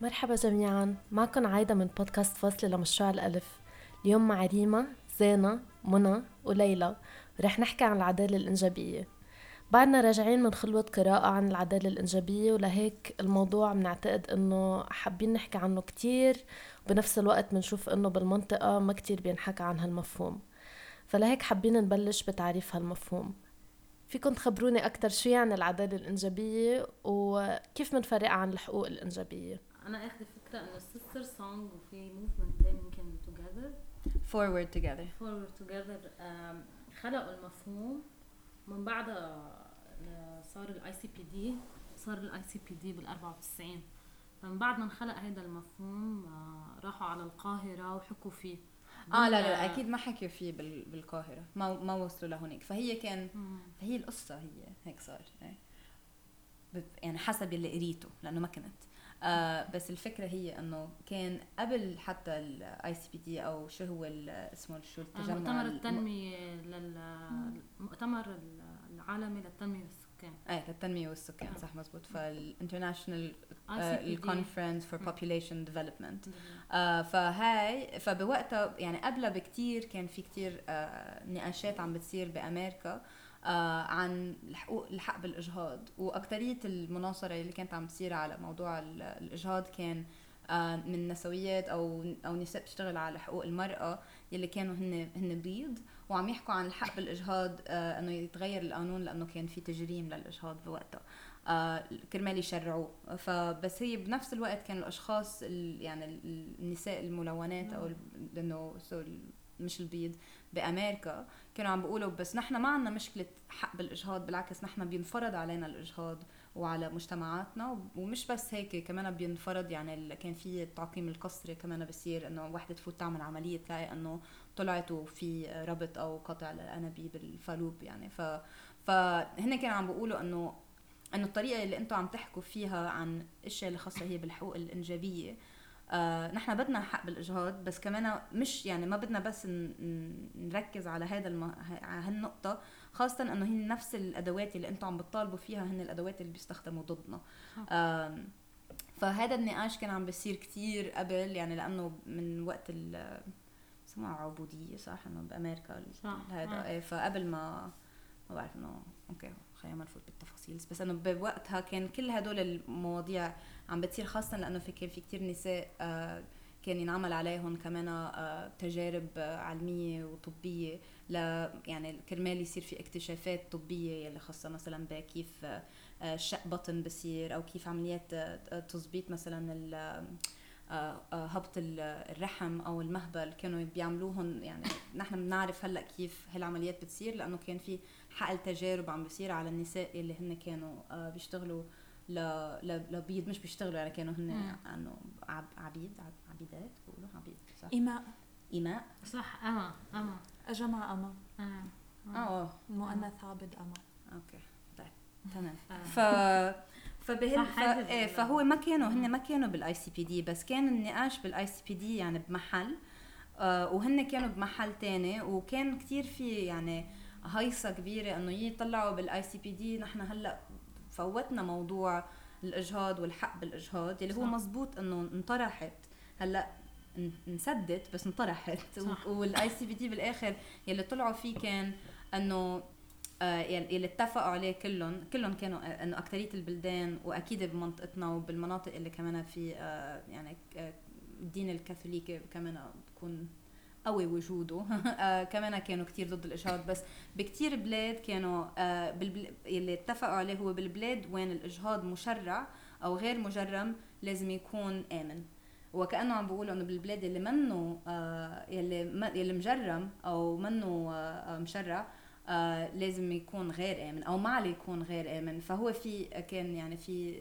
مرحبا جميعا، معكم عايدة من بودكاست فصل لمشروع الألف. اليوم مع ريما، زينة، منى وليلى، ورح نحكي عن العدالة الإنجابية. بعدنا راجعين من خلوة قراءة عن العدالة الإنجابية، ولهيك الموضوع بنعتقد إنه حابين نحكي عنه كتير، وبنفس الوقت بنشوف إنه بالمنطقة ما كتير بينحكى عن هالمفهوم، فلهيك حابين نبلش بتعريف هالمفهوم. فيكن تخبروني أكتر شو يعني العدالة الإنجابية وكيف منفرقة عن الحقوق الإنجابية؟ انا اخذ فكره انه sister song وفي movement تاني يمكن together forward together خلقوا المفهوم من بعد صار الاي سي بي دي بال 94. فمن بعد ما انخلق هذا المفهوم راحوا على القاهره وحكوا فيه. لا اكيد ما حكوا فيه بالقاهره، ما وصلوا لهونيك. فهي القصه هي هيك صار يعني حسب اللي قريته، لانه ما كنت بس الفكره هي انه كان قبل حتى الاي سي بي دي او شو هو اسمه شو التجمع مؤتمر التنميه للمؤتمر العالمي للتنميه والسكان. للتنميه والسكان صح مزبوط. فالانترناشونال الكونفرنس فور بوبوليشن ديفلوبمنت. فبوقتها يعني قبلها بكتير كان في كتير نقاشات عم بتصير بامريكا عن الحق بالإجهاض، وأكترية المناصرة اللي كانت عم تصير على موضوع الإجهاض كان من نسويات أو نساء بتشتغل على حقوق المرأة يلي كانوا هن بيض، وعم يحكوا عن الحق بالإجهاض أنه يتغير القانون لأنه كان في تجريم للإجهاض بوقتها كرمال يشرعوه. فبس هي بنفس الوقت كان الأشخاص يعني النساء الملونات أو لأنه مش البيض بأمريكا كانوا عم بيقولوا بس نحن ما عنا مشكلة حق بالإجهاض، بالعكس نحن بينفرض علينا الإجهاض وعلى مجتمعاتنا. ومش بس هيك، كمان بينفرض يعني كان في التعقيم القسري كمان بصير انه وحده تفوت تعمل عمليه تلاقي انه طلعت وفي ربط او قطع للانابيب بالفالوب يعني. فهن كانوا عم بيقولوا انه الطريقه اللي انتم عم تحكوا فيها عن الاشياء اللي خاصه هي بالحقوق الانجابيه نحن بدنا حق بالإجهاض، بس كمان مش يعني ما بدنا بس نركز على على هالنقطة، خاصة انه هي نفس الادوات اللي انتم عم بتطالبوا فيها هن الادوات اللي بيستخدموا ضدنا. فهذا النقاش كان عم بيصير كتير قبل يعني، لانه من وقت بسموها عبودية صح انه بامريكا هذا فقبل ما بعرف انه اوكي خلينا ما نفوت بالتفاصيل، بس انه بوقتها كان كل هدول المواضيع عم بتصير، خاصه لانه في كتير نساء كان ينعمل عليهم كمان تجارب علميه وطبيه يعني كرمال يصير في اكتشافات طبيه اللي خاصه مثلا بكيف شق بطن بصير، او كيف عمليات تظبيط مثلا هبط الرحم او المهبل كانوا بيعملوهم. يعني نحن بنعرف هلا كيف هالعمليات بتصير لانه كان في حقل تجارب عم بيصير على النساء اللي هن كانوا بيشتغلوا لبيض، مش بيشتغلوا يعني كانوا هن انه عبيدات بيقولوا عبيد صح، إماء صح. أما جمع أما مؤنث عبد أما. اوكي طيب تمام. فهو ما كانوا هن ما كانوا بالاي سي بي دي، بس كان النقاش بالاي سي بي دي يعني بمحل وهن كانوا بمحل تاني، وكان كتير في يعني هيصة كبيرة انه يطلعوا بالاي سي بي دي. نحن هلا فوتنا موضوع الاجهاض والحق بالاجهاض اللي هو مزبوط انه انطرحت هلا انسدت بس انطرحت، والاي سي بي دي بالاخر يلي طلعوا فيه كان انه اللي اتفقوا عليه كلهم كانوا انه اكترية البلدان واكيد بمنطقتنا وبالمناطق اللي كمان في يعني الدين الكاثوليكي كمان بكون قوي وجوده كمان كانوا كتير ضد الإجهاض. بس بكتير بلاد كانوا اللي اتفقوا عليه هو بالبلاد وين الإجهاض مشرع أو غير مجرم لازم يكون آمن. وكأنه عم بيقولوا إنه بالبلاد اللي منه يلي مجرم أو منه مشرع لازم يكون غير آمن أو ما عليه يكون غير آمن. فهو في كان يعني في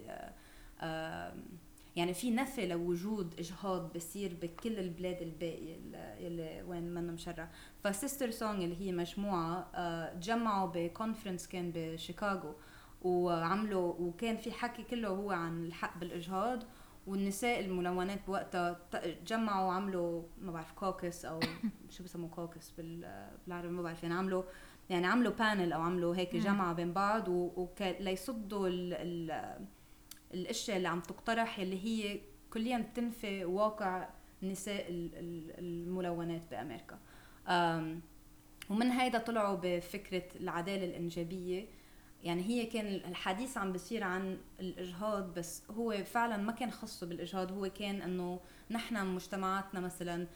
يعني في نفي لوجود إجهاض بصير بكل البلاد الباقية اللي وين منه مشرع. فسيستر سونج اللي هي مجموعة تجمعوا بكونفرنس كان بشيكاغو وعملوا، وكان في حكي كله هو عن الحق بالإجهاض، والنساء الملونات بوقتها تجمعوا وعملوا ما بعرف كوكس أو شو بسموه كوكس بالعربي ما بعرف، يعني عملوا بانل أو عملوا هيك جمعة بين بعض ليصدوا الاشياء اللي عم تقترح اللي هي كليا بتنفي واقع نساء الملونات بأمريكا. ومن هيدا طلعوا بفكرة العدالة الإنجابية. يعني هي كان الحديث عم بصير عن الإجهاض، بس هو فعلا ما كان خصه بالإجهاض، هو كان إنه نحن مجتمعاتنا مثلا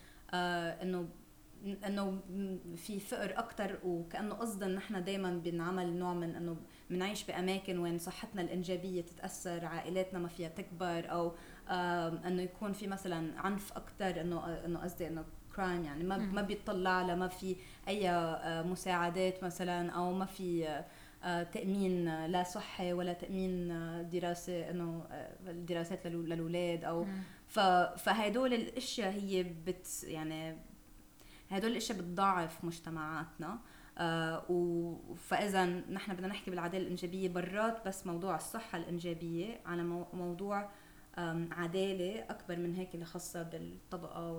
انه في فقر اكتر، وكانه قصدا نحن دائما بنعمل نوع من انه بنعيش باماكن وين صحتنا الانجابيه تتاثر، عائلاتنا ما فيها تكبر، او انه يكون في مثلا عنف اكتر، انه قصدي انه كرايم، يعني ما بيطلع لا، ما في اي مساعدات مثلا، او ما في تامين لا صحي ولا تامين دراسه، انه الدراسات للاولاد، او فهدول الاشياء هي يعني هدول الاشياء بتضاعف مجتمعاتنا. فاذا نحن بدنا نحكي بالعداله الانجابيه برات بس موضوع الصحه الانجابيه، على موضوع عداله اكبر من هيك اللي خاصه بالطبقه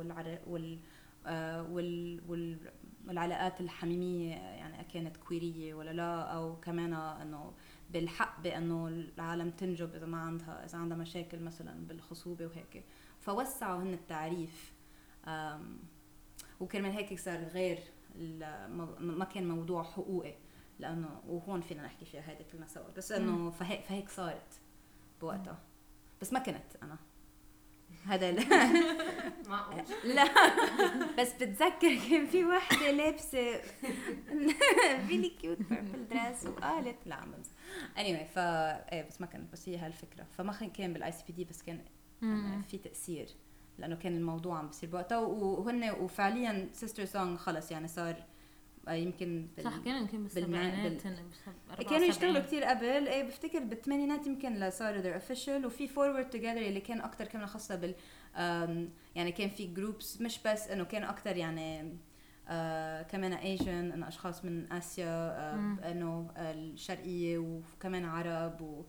والعلاقات الحميميه، يعني كانت كويريه ولا لا، او كمان انه بالحق بانه العالم تنجب اذا عندها مشاكل مثلا بالخصوبه وهيك. فوسعوا هن التعريف، وكرمال هيك صار غير ما كان موضوع حقوقي، لانه وهون فينا نحكي فيها هيدا كلنا سوا، بس انه فهيك صارت بوقتها. بس ما كنت انا هذا معقول لا بس بتذكر كان في وحده لابسه ريلي كيوت بيربل دريس وقالت لا عم بمزح anyway ايه بس ما كانت، بس هي هالفكره. فما كان بالاي سي بي دي، بس كان في تاثير لانه كان الموضوع عم بيصير بوقتها، وهن وفعليا سيستر سونغ خلص يعني صار يمكن صح، كانوا يمكن بالسبعينات كانوا يشتغلوا كتير قبل. ايه بفتكر بالثمانينات يمكن لصاروا their official. وفي forward together اللي كان اكتر كمان خاصة بال يعني كان في جروبس، مش بس انه كان اكتر يعني كمان ايجن، انه اشخاص من اسيا، انه الشرقية، وكمان عرب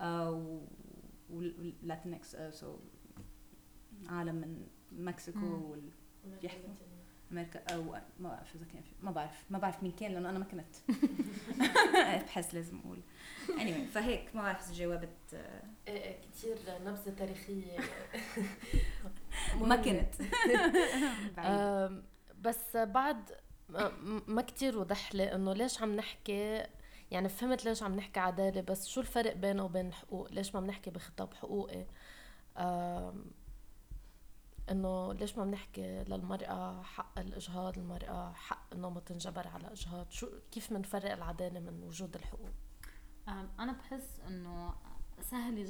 ولاتينكس، عالم من مكسيكو بيحكوا امريكا، او ما بعرف اذا كان في، ما بعرف مين كان، لانه انا ما كنت بحس لازم اقول anyway. فهيك ما بعرف اذا جاوبت. كتير نبذه تاريخيه ما كنت بس بعد ما كتير وضح لي انه ليش عم نحكي، يعني فهمت ليش عم نحكي عداله، بس شو الفرق بينه وبين الحقوق؟ ليش ما بنحكي بخطاب حقوقي؟ انه ليش ما بنحكي للمرأة حق الإجهاض، المرأة حق انه ما تنجبر على إجهاض؟ كيف منفرق العدالة من وجود الحقوق؟ انا بحس انه سهل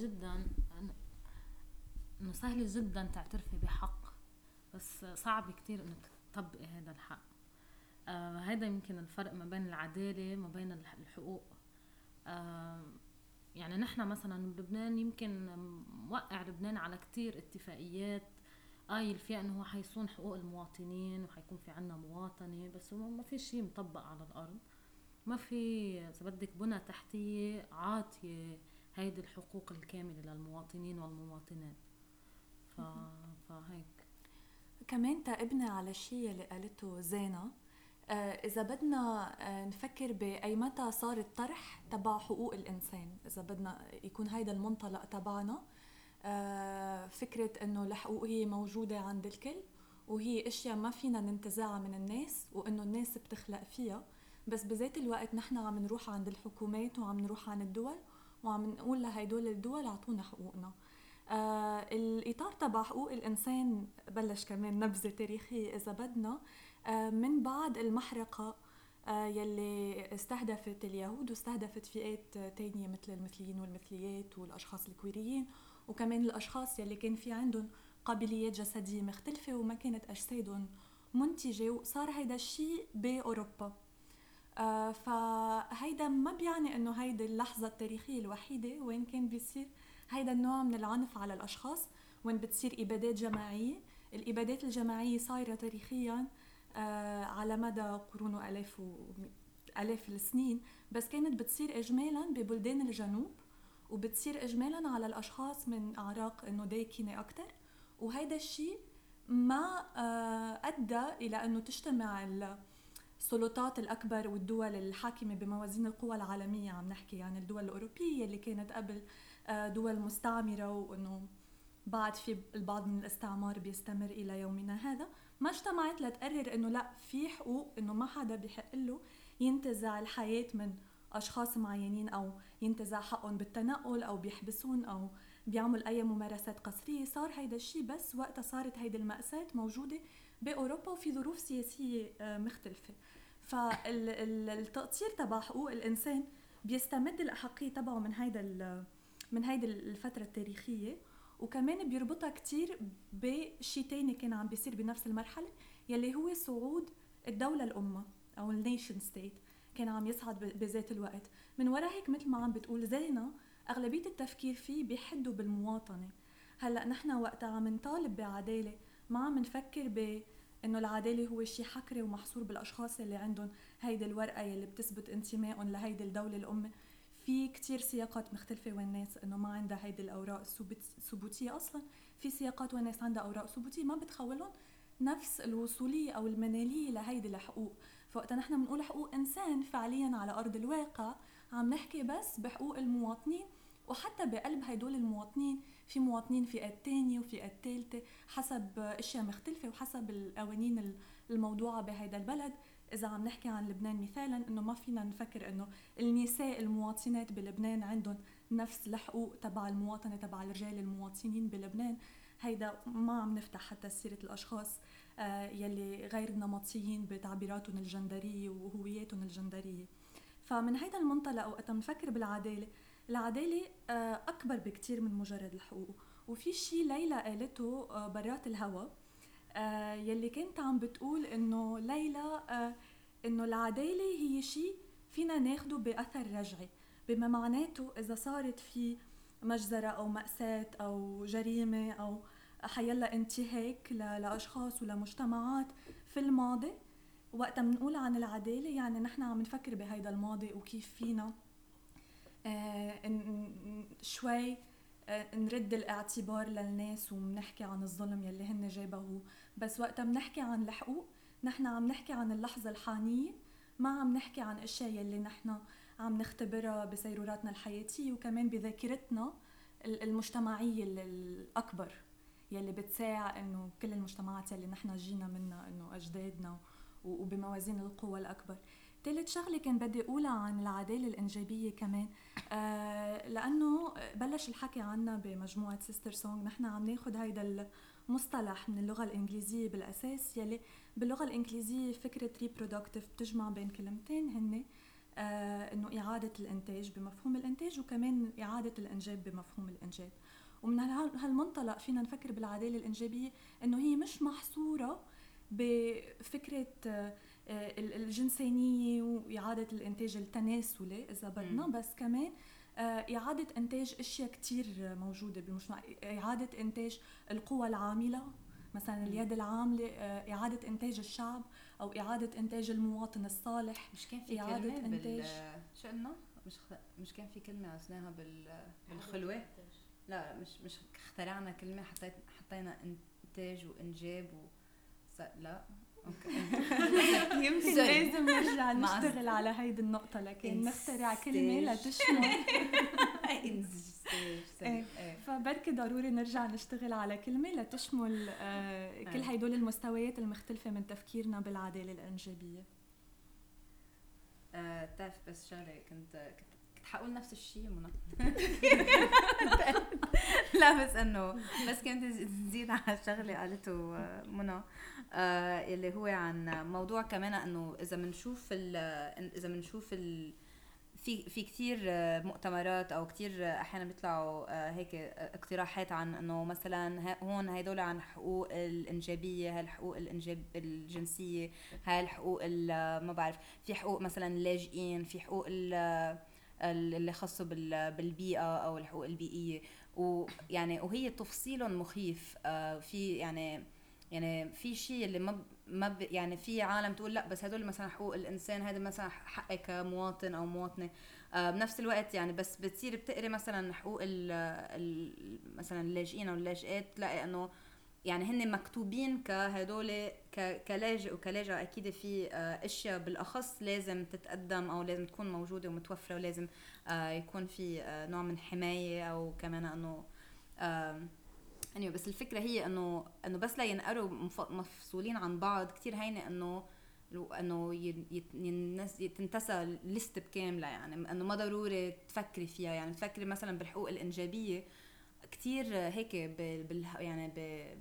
جدا تعترفي بحق، بس صعب كتير انه تطبقي هذا الحق. هذا يمكن الفرق ما بين العدالة ما بين الحقوق. يعني نحن مثلا بلبنان يمكن موقع لبنان على كتير اتفاقيات قايل فيها انه هو حيصون حقوق المواطنين وحيكون في عنا مواطنة، بس ما في شيء مطبق على الارض. ما في اذا بدك بنى تحتية عاطية هيدي الحقوق الكاملة للمواطنين والمواطنات. فهيك كمان تقبنا على الشيء اللي قالته زينة. إذا بدنا نفكر بأي متى صار الطرح تبع حقوق الإنسان، إذا بدنا يكون هيدا المنطلق تبعنا، فكرة إنه الحقوق هي موجودة عند الكل، وهي أشياء ما فينا ننتزعها من الناس، وإنه الناس بتخلق فيها، بس بذات الوقت نحن عم نروح عند الحكومات وعم نروح عند الدول وعم نقول لهيدول الدول اعطونا حقوقنا. الإطار تبع حقوق الإنسان بلش كمان نبذة تاريخية إذا بدنا، من بعد المحرقة يلي استهدفت اليهود واستهدفت فئات تانية مثل المثليين والمثليات والأشخاص الكويريين، وكمان الأشخاص يلي كان في عندهم قابليات جسدية مختلفة وما كانت أجسادهم منتجة. وصار هيدا الشيء بأوروبا. فهيدا ما بيعني أنه هيدا اللحظة التاريخية الوحيدة وين كان بيصير هيدا النوع من العنف على الأشخاص، وين بتصير إبادات جماعية. الإبادات الجماعية صايرة تاريخياً على مدى قرون وآلاف السنين، بس كانت بتصير إجمالاً ببلدان الجنوب، وبتصير إجمالاً على الأشخاص من أعراق إنه داكنة أكتر. وهيدا الشيء ما أدى إلى أنه تجتمع السلطات الأكبر والدول الحاكمة بموازين القوى العالمية. عم نحكي يعني الدول الأوروبية اللي كانت قبل دول مستعمرة، وأنه بعد في البعض من الاستعمار بيستمر إلى يومنا هذا، ما اجتمعت لتقرر إنه لا، في حقوق إنه ما حدا بيحق له ينتزع الحياة من أشخاص معينين، أو ينتزع حقهم بالتنقل، أو بيحبسون، أو بيعمل أي ممارسات قسرية. صار هيدا الشيء بس وقتها صارت هيدي المأساة موجودة بأوروبا وفي ظروف سياسية مختلفة. فالتقصير تبع حقوق الإنسان بيستمد الأحقية تبعه من هيدا الفترة التاريخية، وكمان بيربطها كتير بشي تاني كان عم بيصير بنفس المرحلة، يلي هو صعود الدولة الأمة أو النيشن ستيت، كان عم يصعد بذات الوقت. من وراء هيك مثل ما عم بتقول زينة، أغلبية التفكير فيه بيحدوا بالمواطنة. هلأ نحن وقتها عم نطالب بعدالة، ما عم نفكر إنه العدالة هو شيء حكري ومحصور بالأشخاص اللي عندهم هيدي الورقة اللي بتثبت انتمائهم لهيدي الدولة الأم. في كتير سياقات مختلفة والناس إنه ما عندها هيدي الأوراق الثبوتية أصلاً. في سياقات والناس عندها أوراق ثبوتية ما بتخولهم نفس الوصولية أو المنالية لهيدي الحقوق. فوقتا نحن بنقول حقوق إنسان، فعلياً على أرض الواقع عم نحكي بس بحقوق المواطنين، وحتى بقلب هيدول المواطنين في مواطنين فئات تانية وفئات ثالثة حسب اشياء مختلفة وحسب القوانين الموضوعة بهيدا البلد. اذا عم نحكي عن لبنان مثالا، انه ما فينا نفكر انه النساء المواطنات بلبنان عندهم نفس الحقوق تبع المواطنة تبع الرجال المواطنين بلبنان. هيدا ما عم نفتح حتى سيرة الاشخاص يلي غير نمطيين بتعبيراتهم الجندرية وهوياتهم الجندرية. فمن هيدا المنطلق وقت بنفكر بالعدالة، العدالة أكبر بكتير من مجرد الحقوق. وفي شيء ليلى قالته برات الهوا يلي كنت عم بتقول إنه ليلى إنه العدالة هي شيء فينا ناخده بأثر رجعي، بما معناته إذا صارت في مجزرة أو مأساة أو جريمة أو حيلا انتهاك لأشخاص ولمجتمعات في الماضي، وقتا بنقول عن العدالة يعني نحن عم نفكر بهيدا الماضي وكيف فينا شوي نرد الاعتبار للناس ومنحكي عن الظلم يلي هن جابوه. بس وقتا بنحكي عن الحقوق نحن عم نحكي عن اللحظة الحانية، ما عم نحكي عن اشياء يلي نحن عم نختبرها بسيروراتنا الحياتية وكمان بذاكرتنا المجتمعية الأكبر يلي بتساعد انه كل المجتمعات يلي نحن جينا منها، انه اجدادنا وبموازين القوى الأكبر. ثالث شغلة كان بدي أقولها عن العدالة الإنجابية كمان لأنه بلش الحكي عنها بمجموعة سيستر سونغ. نحن عم ناخد هيدا المصطلح من اللغة الإنجليزية بالأساس، يلي باللغة الإنجليزية فكرة reproductive بتجمع بين كلمتين هن إنه إعادة الإنتاج بمفهوم الإنتاج وكمان إعادة الإنجاب بمفهوم الإنجاب. ومن هالمنطلق فينا نفكر بالعدالة الإنجابية إنه هي مش محصورة بفكرة الجنسانية وإعادة الإنتاج التناسلي إذا بدنا، بس كمان إعادة إنتاج أشياء كتير موجودة بالمجتمع. إعادة إنتاج القوى العاملة مثلا اليد العاملة، إعادة إنتاج الشعب أو إعادة إنتاج المواطن الصالح. مش كان في إعادة كلمة إنتاج شو قلنا؟ مش كان في كلمة عزناها بالخلوة؟ لا مش اخترعنا كلمة حطينا إنتاج وإنجاب لا يمكن لازم نرجع نشتغل على هيدي النقطة، لكن نخترع كلمة لتشمل فبركي ضروري نرجع نشتغل على كلمة لتشمل كل هيدول المستويات المختلفة من تفكيرنا بالعدالة الإنجابية. تعرف بس شغلة كنت حقول نفس الشيء منى لا بس انه بس كنت نزيد على الشغله قالته منى اللي هو عن موضوع كمان انه اذا بنشوف في كتير مؤتمرات او كتير احيانا بيطلعوا هيك اقتراحات عن انه مثلا هون هيدول عن حقوق الانجابيه، هالحقوق الانجاب الجنسيه، هالحقوق ما بعرف، في حقوق مثلا اللاجئين، في حقوق اللي خاصه بالبيئه او الحقوق البيئيه، ويعني وهي تفصيل مخيف. في يعني في شيء اللي ما يعني في عالم تقول لا بس هدول مثلا حقوق الانسان، هذا مثلا حقك كمواطن او مواطنه. بنفس الوقت يعني بس بتصير بتقري مثلا حقوق مثلا اللاجئين او اللاجئات تلاقي انه يعني هن مكتوبين كهدول كلاجئ وكلاجئة. أكيد في أشياء بالأخص لازم تتقدم أو لازم تكون موجودة ومتوفرة، ولازم يكون في نوع من حماية، أو كمان أنه يعني بس الفكرة هي انه بس لا ينقروا مفصولين عن بعض كتير هينة انه تنتسى ليست كاملة، يعني انه ما ضروري تفكري فيها. يعني تفكري مثلا بالحقوق الانجابية كتير هيك يعني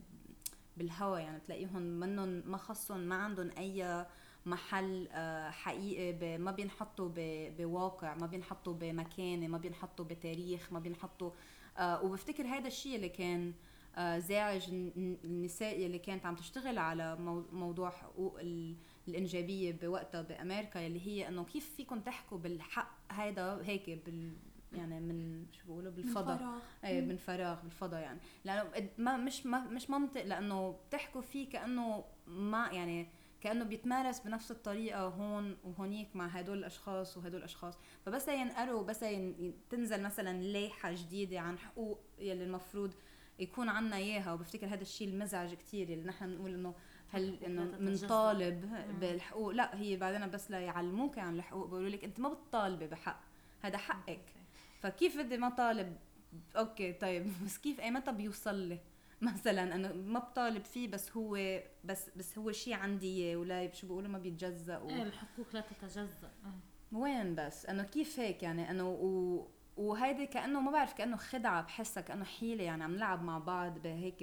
بالهوا، يعني بتلاقيهم منهم ما خصهم، ما عندهم اي محل حقيقي، ما بينحطوا بواقع، ما بينحطوا بمكانه، ما بينحطوا بتاريخ، ما بينحطوا وبفتكر هذا الشيء اللي كان زاعج النساء اللي كانت عم تشتغل على موضوع حقوق الإنجابية بوقتها بأمريكا، اللي هي إنه كيف فيكم تحكوا بالحق هذا هيك يعني من شو بيقولوا بالفضاء، من فراغ بالفضاء، يعني لأنه ما مش منطق، لأنه بتحكوا فيه كأنه ما يعني كأنه بيتمارس بنفس الطريقة هون وهونيك مع هدول الأشخاص وهدول الأشخاص. فبس ينقروا، بس تنزل مثلا لائحة جديدة عن حقوق يلي المفروض يكون عنا إياها. وبفتكر هذا الشيء المزعج كتير اللي نحن بنقول إنه هل إنه منطالب بالحقوق، لا هي بعدين بس لا يعلموك عن الحقوق بيقولوا لك أنت ما بتطالبي بحق، هذا حقك. فكيف بدي ما طالب؟ أوكي طيب بس كيف أي متى بيوصل لي مثلا أنا ما بطالب فيه بس هو بس هو شيء عندي ولا شو بيقولوا ما بيتجزأ الحقوق لا تتجزأ. وين بس انه كيف هيك يعني انه وهيدي كأنه ما بعرف كأنه خدعة، بحسها كأنه حيلة، يعني عم نلعب مع بعض بهيك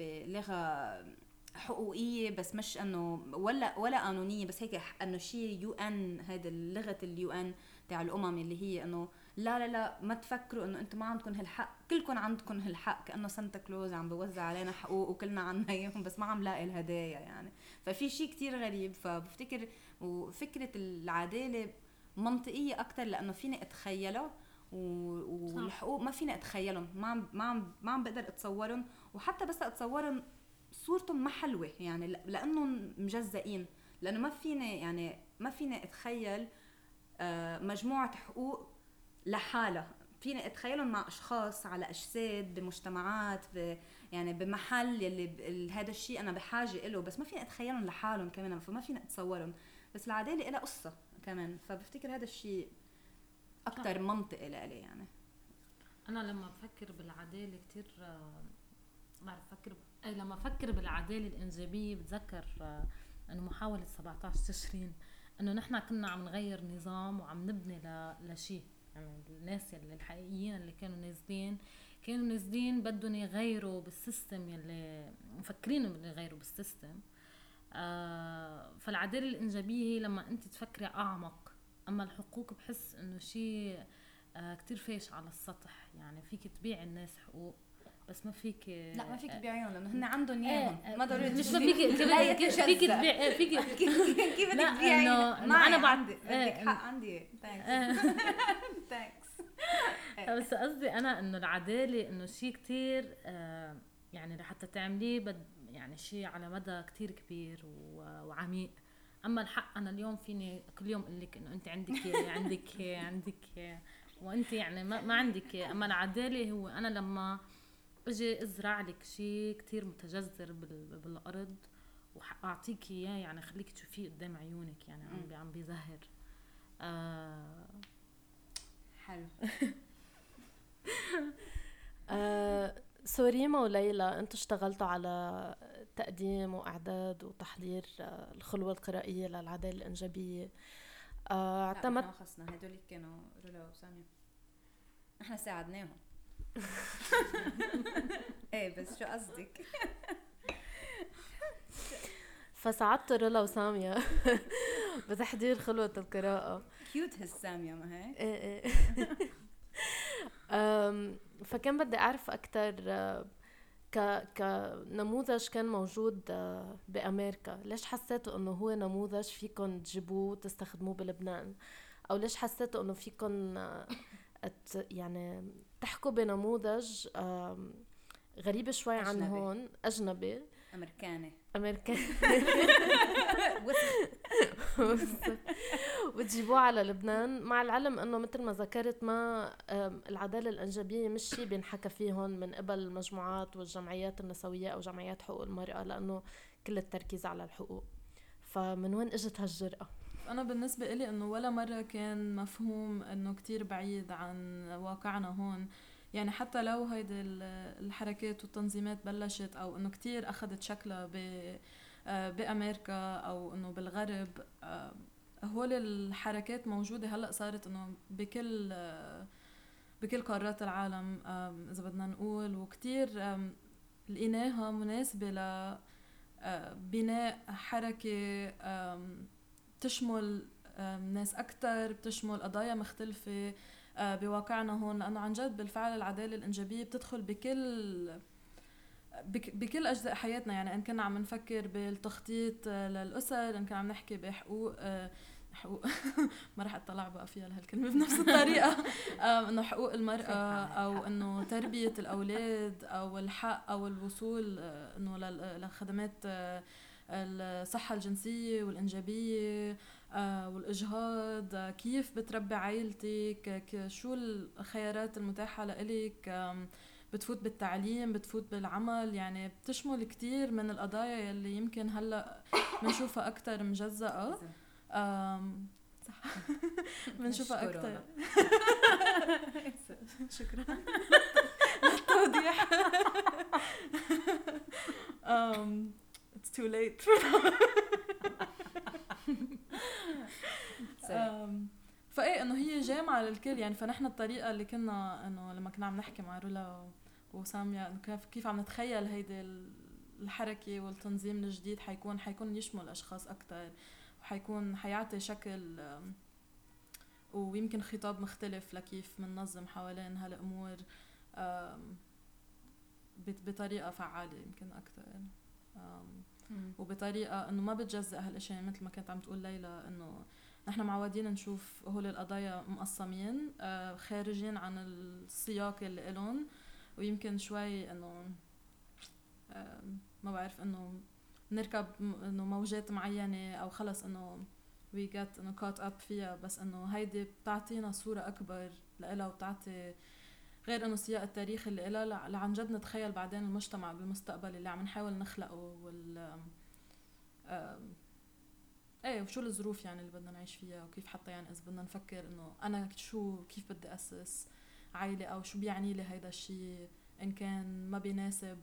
بلغة حقوقية بس مش انه ولا قانونية، بس هيك انه شيء يو ان، هيدا لغة اليو ان تاع الامم اللي هي انه لا ما تفكروا انه انتم ما عندكم هالحق، كلكم عندكم هالحق، كأنه سانتا كلوز عم بوزع علينا حقوق وكلنا عنا اياهم بس ما عم لاقي الهدايا يعني. ففي شيء كتير غريب. فبفتكر وفكرة العدالة منطقية أكتر لأنه فيني أتخيلها، والحقوق ما فيني أتخيلهم، ما عم بقدر أتصورهم، وحتى بس أتصورهم صورتهم ما حلوة يعني لأنهم مجزئين، لأنه ما فيني أتخيل مجموعة حقوق لحالها. فيني أتخيلهم مع أشخاص على أجساد بمجتمعات يعني بمحل يلي هذا الشيء أنا بحاجة إله، بس ما فيني أتخيلهم لحالهم كمان، فما فيني أتصورهم. بس العدالة إلها قصة كمان، فبفتكر هذا الشيء أكتر منطقي لإلي. يعني أنا لما بفكر بالعدالة كتير بعرف أفكر لما أفكر بالعدالة الإنجابية بتذكر أنه محاولة 17 تشرين، أنه نحن كنا عم نغير نظام وعم نبني لشيء. يعني الناس اللي الحقيقيين اللي كانوا نازلين بدهم يغيروا بالسيستم يلي مفكرين بدهم يغيروا بالسيستم. فالعدالة الإنجابية هي لما أنت تفكري أعمق. أما الحقوق بحس إنه شيء كتير فايش على السطح، يعني فيك تبيع الناس حقوق بس ما فيك ما فيك تبيعيهم لأنه هن عندهم إياهم، ما ضروري مش ما فيك تبيع فيك كيف بدك تبيعي؟ ما أنا بعد بدك حق عندي thanks. بس قصدي أنا إنه العدالة إنه شيء كتير يعني لحتى تعمليه يعني شيء على مدى كتير كبير وعميق. أما الحق أنا اليوم فيني كل يوم أقول لك إنه أنت عندك وأنت يعني ما عندك. أما العدالة هو أنا لما أجي أزرع لك شيء كتير متجذر بالأرض وأعطيك إياه، يعني خليك تشوفيه قدام عيونك، يعني عم بيزهر. حلو. سوريما وليلى، انتوا اشتغلتوا على تقديم واعداد وتحضير الخلوة القرائية للعدالة الإنجابية. اعتمد خصنا هدول كانوا رولا وسامية، احنا ساعدناهم. ايه بس شو قصدك؟ فساعدت رولا وسامية بتحضير خلوة القراءة. كيوت هالسامية ما هيك؟ ايه فكان بدي أعرف أكتر كنموذج كان موجود بأمريكا، ليش حسيتوا أنه هو نموذج فيكن تجيبوه تستخدموه بلبنان؟ أو ليش حسيتوا أنه فيكن يعني تحكوا بنموذج غريب شوي عن هون، أجنبي أمريكاني وتجيبوه على لبنان، مع العلم أنه مثل ما ذكرت ما العدالة الإنجابية مش شيء بينحكى فيهن من قبل المجموعات والجمعيات النسوية أو جمعيات حقوق المرأة، لأنه كل التركيز على الحقوق. فمن وين اجت هالجرأة؟ أنا بالنسبة إلي أنه ولا مرة كان مفهوم أنه كتير بعيد عن واقعنا هون. يعني حتى لو هيدي الحركات والتنظيمات بلشت او انه كتير اخذت شكلها بامريكا او انه بالغرب، هول الحركات موجوده هلا، صارت انه بكل قارات العالم اذا بدنا نقول، وكتير لقيناها مناسبه ل بناء حركه تشمل ناس اكتر، بتشمل قضايا مختلفه بواقعنا هون، لانه عن جد بالفعل العداله الانجابيه بتدخل بكل اجزاء حياتنا. يعني ان كنا عم نفكر بالتخطيط للاسر، ان كنا عم نحكي بحقوق حقوق ما رح اطلع بقى فيها لهالكلمه بنفس الطريقه انه حقوق المراه، او انه تربيه الاولاد، او الحق او الوصول انه لخدمات الصحه الجنسيه والانجابيه والاجهاض، كيف بتربي عائلتك، شو الخيارات المتاحه لإلك، بتفوت بالتعليم، بتفوت بالعمل، يعني بتشمل كتير من القضايا اللي يمكن هلا بنشوفها اكثر مجزأة. صح بنشوفها اكثر. شكرا للتوضيح. it's too late. فايه انه هي جامعه للكل يعني. فنحن الطريقه اللي كنا انه لما كنا عم نحكي مع رولا وسامية انه كيف عم نتخيل هيدي الحركه والتنظيم الجديد حيكون يشمل اشخاص اكثر، حيعطي شكل ويمكن خطاب مختلف لكيف مننظم حوالين هالامور بطريقه فعاله يمكن اكثر، وبطريقه انه ما بتجزأ هالاشياء. مثل ما كنت عم تقول ليلى انه نحن معودين نشوف هول القضايا مقسمين خارجين عن السياق اللي إلهم، ويمكن شوي انه ما بعرف انه نركب انه موجات معينة او خلص انه we get انه caught up فيها، بس انه هيدي بتعطينا صورة اكبر لإلها، وبتعطي غير انه السياق التاريخي اللي إلها لعن جد نتخيل بعدين المجتمع بالمستقبل اللي عم نحاول نخلقه ايه وشو الظروف يعني اللي بدنا نعيش فيها، وكيف حتى يعني اذا بدنا نفكر انه انا كيف بدي اسس عائله، او شو بيعني لي هيدا الشيء ان كان ما بيناسب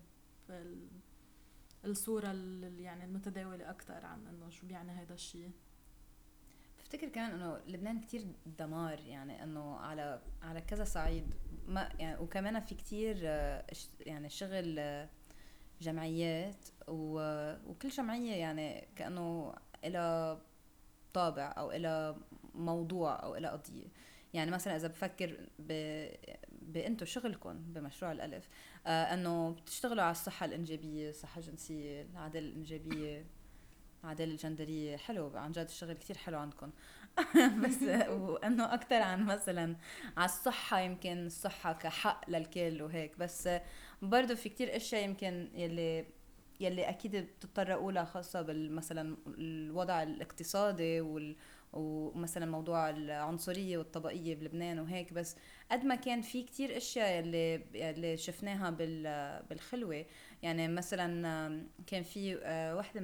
الصوره يعني المتداوله اكثر عن انه شو بيعني هيدا الشيء. بفتكر كمان انه لبنان كتير دمار، يعني انه على كذا صعيد، ما يعني وكمان في كتير يعني شغل جمعيات وكل جمعيه يعني كانه إلى طابع أو إلى موضوع أو إلى قضية. يعني مثلا إذا بفكر بأنتو شغلكم بمشروع الألف، أنه بتشتغلوا على الصحة الإنجابية، الصحة الجنسية، العدالة الإنجابية، العدالة الجندرية، حلو عن جد الشغل كتير حلو عندكم. بس وأنه أكتر عن مثلا على الصحة، يمكن الصحة كحق للكل وهيك، بس برضو في كتير أشياء يمكن يلي أكيد بتضطر أقولها خاصة مثلا الوضع الاقتصادي ومثلا موضوع العنصرية والطبقية بلبنان وهيك. بس قد ما كان في كتير أشياء اللي شفناها بالخلوة، يعني مثلا كان في واحدة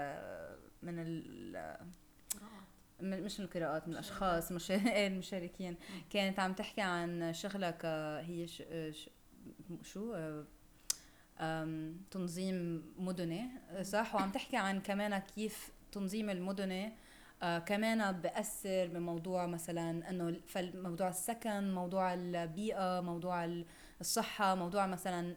مش من القراءات، من الأشخاص المشاركين كانت عم تحكي عن شغلك هي شو تنظيم مدني، صح؟ وعم تحكي عن كمان كيف تنظيم المدني كمان بأثر بموضوع مثلا انه موضوع السكن، موضوع البيئة، موضوع الصحة، موضوع مثلا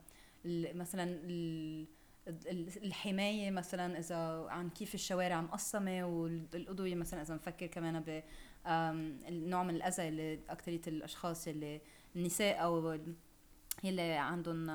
الحماية، مثلا اذا عن كيف الشوارع مقسمة، والأضوية مثلا اذا نفكر كمان بالنوع من الأذى اللي أكترية الأشخاص اللي النساء او اللي عندهم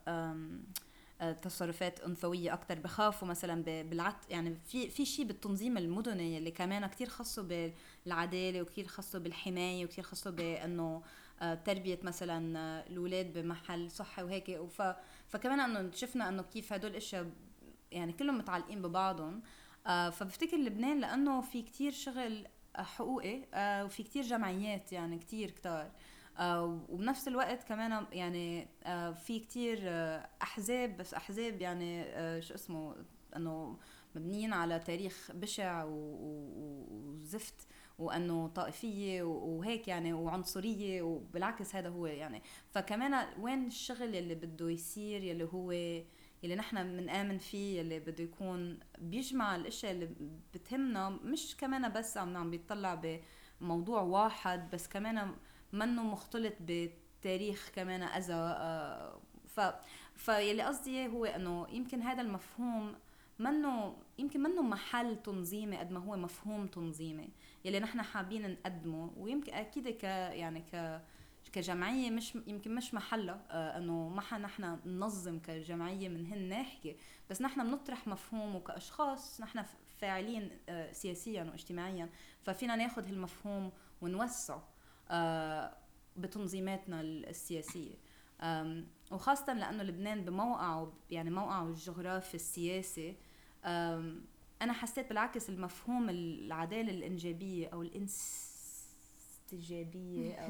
تصرفات أنثوية أكتر بخافوا مثلا يعني في شيء بالتنظيم المدني اللي كمان كتير خاصه بالعدالة، وكتير خاصه بالحماية، وكتير خاصه بأنه تربية مثلا الأولاد بمحل صحي وهيك. فكمان أنه شفنا أنه كيف هدول الأشياء يعني كلهم متعلقين ببعضهم. فبفتكر لبنان لأنه في كتير شغل حقوقي وفي كتير جمعيات يعني كتير كتار، وبنفس الوقت كمان يعني في كتير أحزاب، بس أحزاب يعني شو اسمه أنه مبنيين على تاريخ بشع وزفت، وانه طائفيه وهيك يعني وعنصريه، وبالعكس هذا هو يعني. فكمان وين الشغل اللي بده يصير يلي هو يلي نحن بنآمن فيه، يلي بده يكون بيجمع الاشياء اللي بتهمنا، مش كمان بس عم بيطلع بموضوع واحد بس، كمان منه مختلط بتاريخ كمان اذى. فيلي قصدي هو انه يمكن هذا المفهوم يمكن منه محل تنظيمي قد ما هو مفهوم تنظيمي يلي نحن حابين نقدمه. ويمكن اكيد كجمعيه مش يمكن مش محلها انه ما نحن ننظم كجمعيه من هالناحيه، بس نحن بنطرح مفهوم، وكاشخاص نحن فاعلين سياسيا واجتماعيا، ففينا ناخذ هالمفهوم ونوسعه بتنظيماتنا السياسيه. وخاصة لأنه لبنان بموقعه يعني موقعه الجغرافي السياسي، أنا حسيت بالعكس المفهوم العدالة الإنجابية أو الانستجابية أو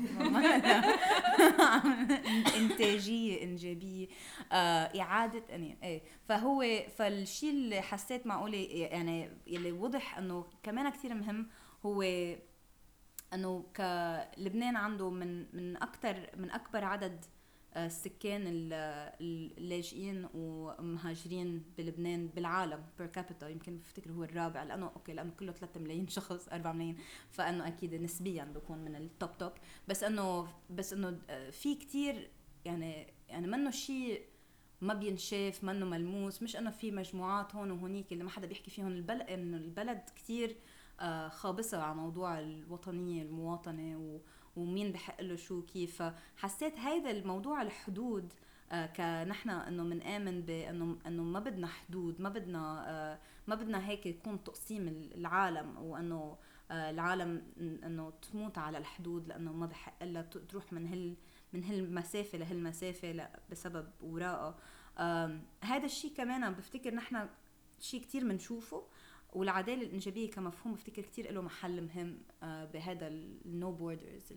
إنتاجية إنجابية، إعادة إيه. فالشيء اللي حسيت معقولة يعني اللي وضح إنه كمان كثير مهم هو إنه كلبنان عنده من أكبر عدد السكان اللاجئين ومهاجرين بلبنان بالعالم بير كابيتا، يمكن بفتكر هو الرابع، لانه كله 3 ملايين شخص 4 ملايين، فانه اكيد نسبيا بيكون من التوب توب. بس انه في كتير يعني منه شيء ما بينشاف، منه ملموس، مش انه في مجموعات هون وهونيك اللي ما حدا بيحكي فيهم. انه البلد كتير خابصة على موضوع الوطنية المواطنة ومين بحق له شو كيف. حسيت هيدا الموضوع الحدود كنحن انه منآمن بانه ما بدنا حدود، ما بدنا هيك يكون تقسيم العالم، وانه العالم انه تموت على الحدود لانه ما بحق لها تروح من هالمسافة لهالمسافة لا بسبب وراءها. هذا الشيء كمان بفتكر نحن شيء كتير منشوفه، والعدالة الإنجابية كمفهوم بفتكر كتير له محل مهم بهذا النو بوردرز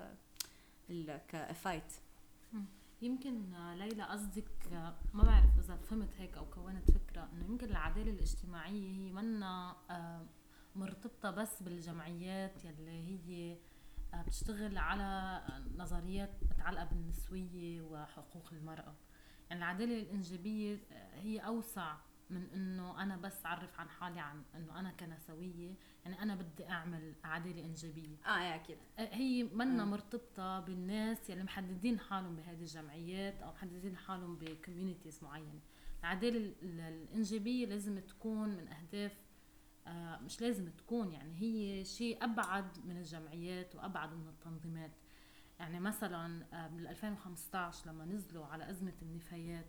كفايت. يمكن ليلى قصدك ما بعرف إذا فهمت هيك أو كونت فكرة إنه يمكن العدالة الاجتماعية هي منا مرتبطة بس بالجمعيات يلي هي بتشتغل على نظريات متعلقة بالنسوية وحقوق المرأة. يعني العدالة الإنجابية هي أوسع من انه انا بس اعرف عن حالي عن انه انا كنسويه، يعني انا بدي اعمل عداله انجابيه. اكيد هي منا مرتبطه بالناس يلي محددين حالهم بهذه الجمعيات او محددين حالهم بكوميونيتيز معينه. العداله الانجابيه لازم تكون من اهداف، مش لازم تكون، يعني هي شيء ابعد من الجمعيات وابعد من التنظيمات. يعني مثلا بال 2015 لما نزلوا على ازمه النفايات،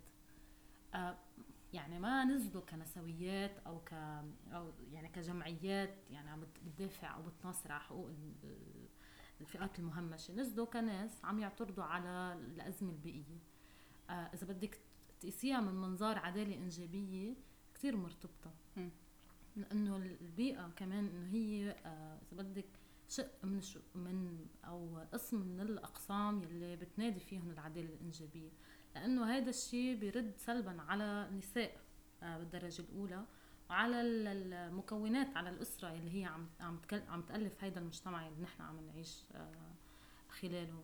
يعني ما نزلوا كنسويات او يعني كجمعيات يعني عم بتدافع او بتناصر على حقوق الفئات المهمشه، نزلوا كناس عم يعترضوا على الازمه البيئيه. اذا بدك تقيسيها من منظار عداله انجابيه كثير مرتبطه، لانه البيئه كمان انه هي اذا بدك شق من او قسم من الاقسام يلي بتنادي فيهم العداله الانجابيه، لانه هذا الشيء بيرد سلبا على النساء بالدرجه الاولى، وعلى المكونات، على الاسره اللي هي عم تالف هذا المجتمع اللي نحن عم نعيش خلاله.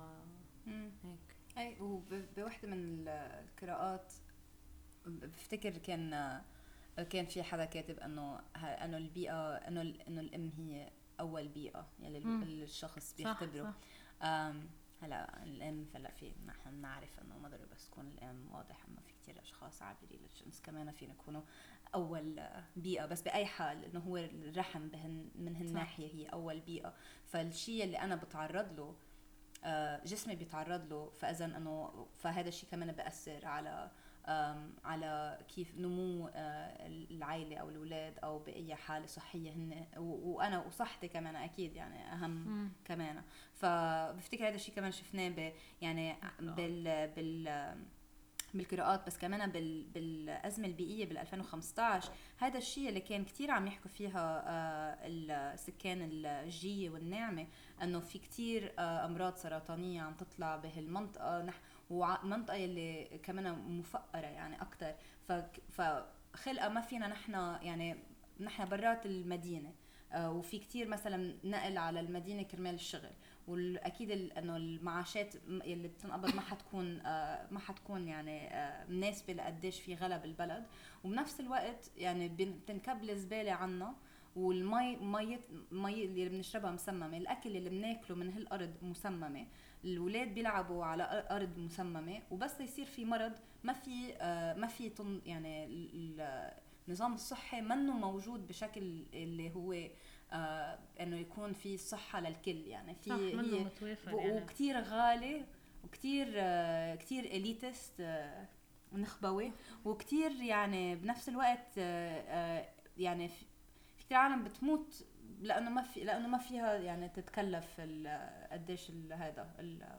هيك اي. وبوحده من القراءات بفتكر كان في حدا كاتب انه البيئه انه الام هي اول بيئه يعني الشخص بيختبره. صح. هلا الام في نحن نعرف انه ما ضروري بس تكون الام، واضح انه في كتير اشخاص عابرين للجنس كمان فينا يكونوا اول بيئه، بس باي حال انه هو الرحم من هالناحيه هي اول بيئه. فالشيء اللي انا بتعرض له جسمي بيتعرض له، فاذا انه فهذا الشيء كمان بأثر على كيف نمو العائله او الاولاد او باي حاله صحيه هن، وانا وصحتي كمان اكيد يعني اهم كمان. فبفتكر هذا الشيء كمان شفناه يعني بالقراءات، بس كمان بالازمه البيئيه بال 2015. هذا الشيء اللي كان كتير عم يحكوا فيها السكان الجيه والناعمه، انه في كتير امراض سرطانيه عم تطلع بهالمنطقه، ومنطقه اللي كمان مفقره يعني اكثر. فخلقه ما فينا نحن برات المدينه، وفي كتير مثلا نقل على المدينة كرمال الشغل، واكيد انه المعاشات اللي بتنقبض ما حتكون يعني مناسبة لقديش في غلا بالبلد، وبنفس الوقت يعني بتنكب الزبالة عنا، والمي اللي بنشربها مسممة، الأكل اللي بناكله من هالأرض مسممة، الولاد بيلعبوا على أرض مسممة، وبس يصير في مرض ما في يعني النظام الصحي منه موجود بشكل اللي هو انه يكون في صحة للكل، يعني في هي يعني. وكتير غالي وكتير كتير إليتست نخبوي، وكتير يعني بنفس الوقت يعني في كتير عالم بتموت لانه ما فيها يعني تتكلف قديش هذا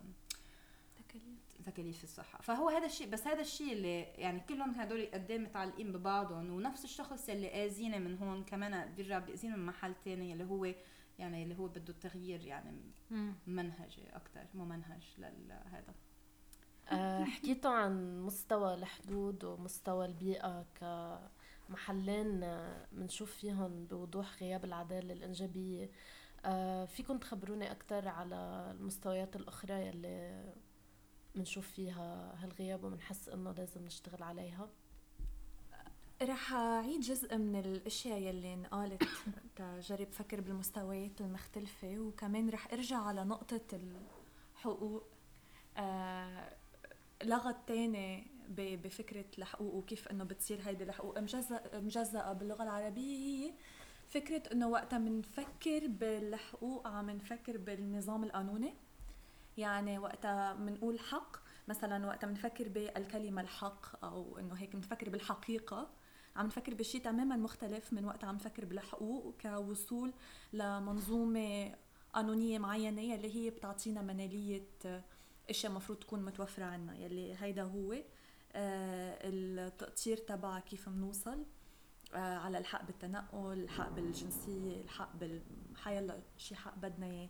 تكاليف الصحة. فهو هذا الشيء، بس هذا الشيء اللي يعني كلهم هدول قد متعلقين ببعضهم، ونفس الشخص اللي آذينا من هون كمان بيرجع بيأذينا من محل تاني، اللي هو بده التغيير يعني منهجي اكثر ممنهج لهذا. حكيتوا عن مستوى الحدود ومستوى البيئة كمحلين منشوف فيهم بوضوح غياب العدالة الإنجابية. فيكم تخبروني أكتر على المستويات الأخرى يلي منشوف فيها هالغياب ومنحس إنه لازم نشتغل عليها؟ رح أعيد جزء من الأشياء يلي انقالت تجرب فكر بالمستويات المختلفة، وكمان رح أرجع على نقطة الحقوق. لغة تاني بفكرة الحقوق وكيف إنه بتصير هيدي الحقوق مجزأة باللغة العربية، هي فكرة إنه وقتها منفكر بالحقوق عم نفكر بالنظام القانوني. يعني وقتها منقول حق مثلا، وقتها منفكر بالكلمة الحق أو إنه هيك منفكر بالحقيقة، عم نفكر بشيء تماما مختلف من وقت عم نفكر بالحقوق كوصول لمنظومة قانونية معينة يلي هي بتعطينا منالية اشياء مفروض تكون متوفرة عنا، يلي هيدا هو التقطير تبع كيف منوصل على الحق بالتنقل، الحق بالجنسية، الحق بالحياة، شي حق بدنا اياه،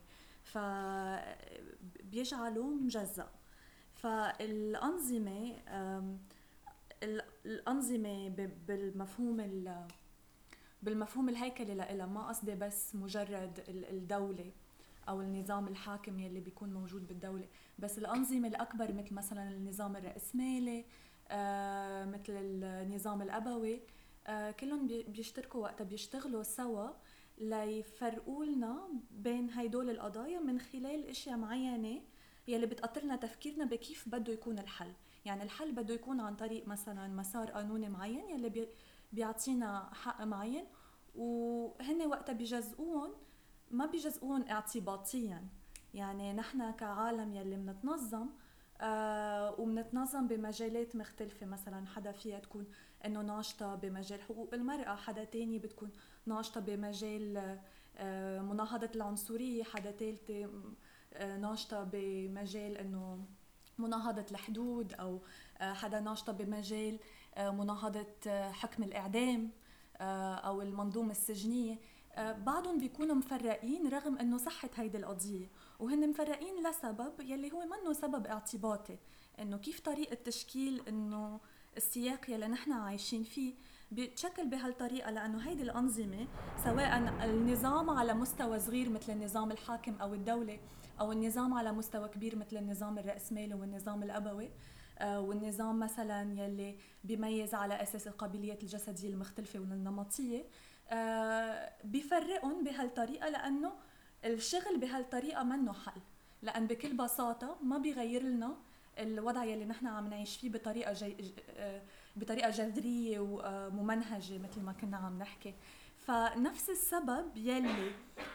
فبيجعلوا مجزأ. فالأنظمة بالمفهوم الهيكلي لها، ما قصدي بس مجرد الدولة أو النظام الحاكم يلي بيكون موجود بالدولة، بس الأنظمة الأكبر مثل مثلا النظام الرأسمالي، مثل النظام الأبوي، كلهم بيشتركوا وقتها بيشتغلوا سوا ليفرقوا لنا بين هيدول القضايا من خلال اشياء معينة يلي بتقطرنا تفكيرنا بكيف بده يكون الحل. يعني الحل بده يكون عن طريق مثلا مسار قانوني معين يلي بيعطينا حق معين، وهن وقتها بيجزئون، ما بيجزئون اعتباطيا. يعني نحن كعالم يلي منتنظم ومنتنظم بمجالات مختلفة، مثلا حدا فيها تكون انه ناشطة بمجال حقوق المرأة، حدا تاني بتكون ناشطة بمجال مناهضة العنصرية، حدا ثالثة ناشطة بمجال انه مناهضة الحدود، او حدا ناشطة بمجال مناهضة حكم الإعدام او المنظومة السجنية. بعضهم بيكونوا مفرقين رغم انه صحت هيدي القضية، وهن مفرقين لسبب يلي هو منه سبب اعتباطي، انه كيف طريقة تشكيل انه السياق يلي نحن عايشين فيه بيتشكل بهالطريقة، لأنه هيدي الأنظمة سواء النظام على مستوى صغير مثل النظام الحاكم أو الدولة، أو النظام على مستوى كبير مثل النظام الرأسمالي والنظام الأبوي، والنظام مثلا يلي بيميز على أساس القابليات الجسدية المختلفة والنمطية، بيفرقون بهالطريقة، لأنه الشغل بهالطريقة منه حل، لأن بكل بساطة ما بيغير لنا الوضع يلي نحن عم نعيش فيه بطريقة جذرية وممنهجة مثل ما كنا عم نحكي. فنفس السبب يلي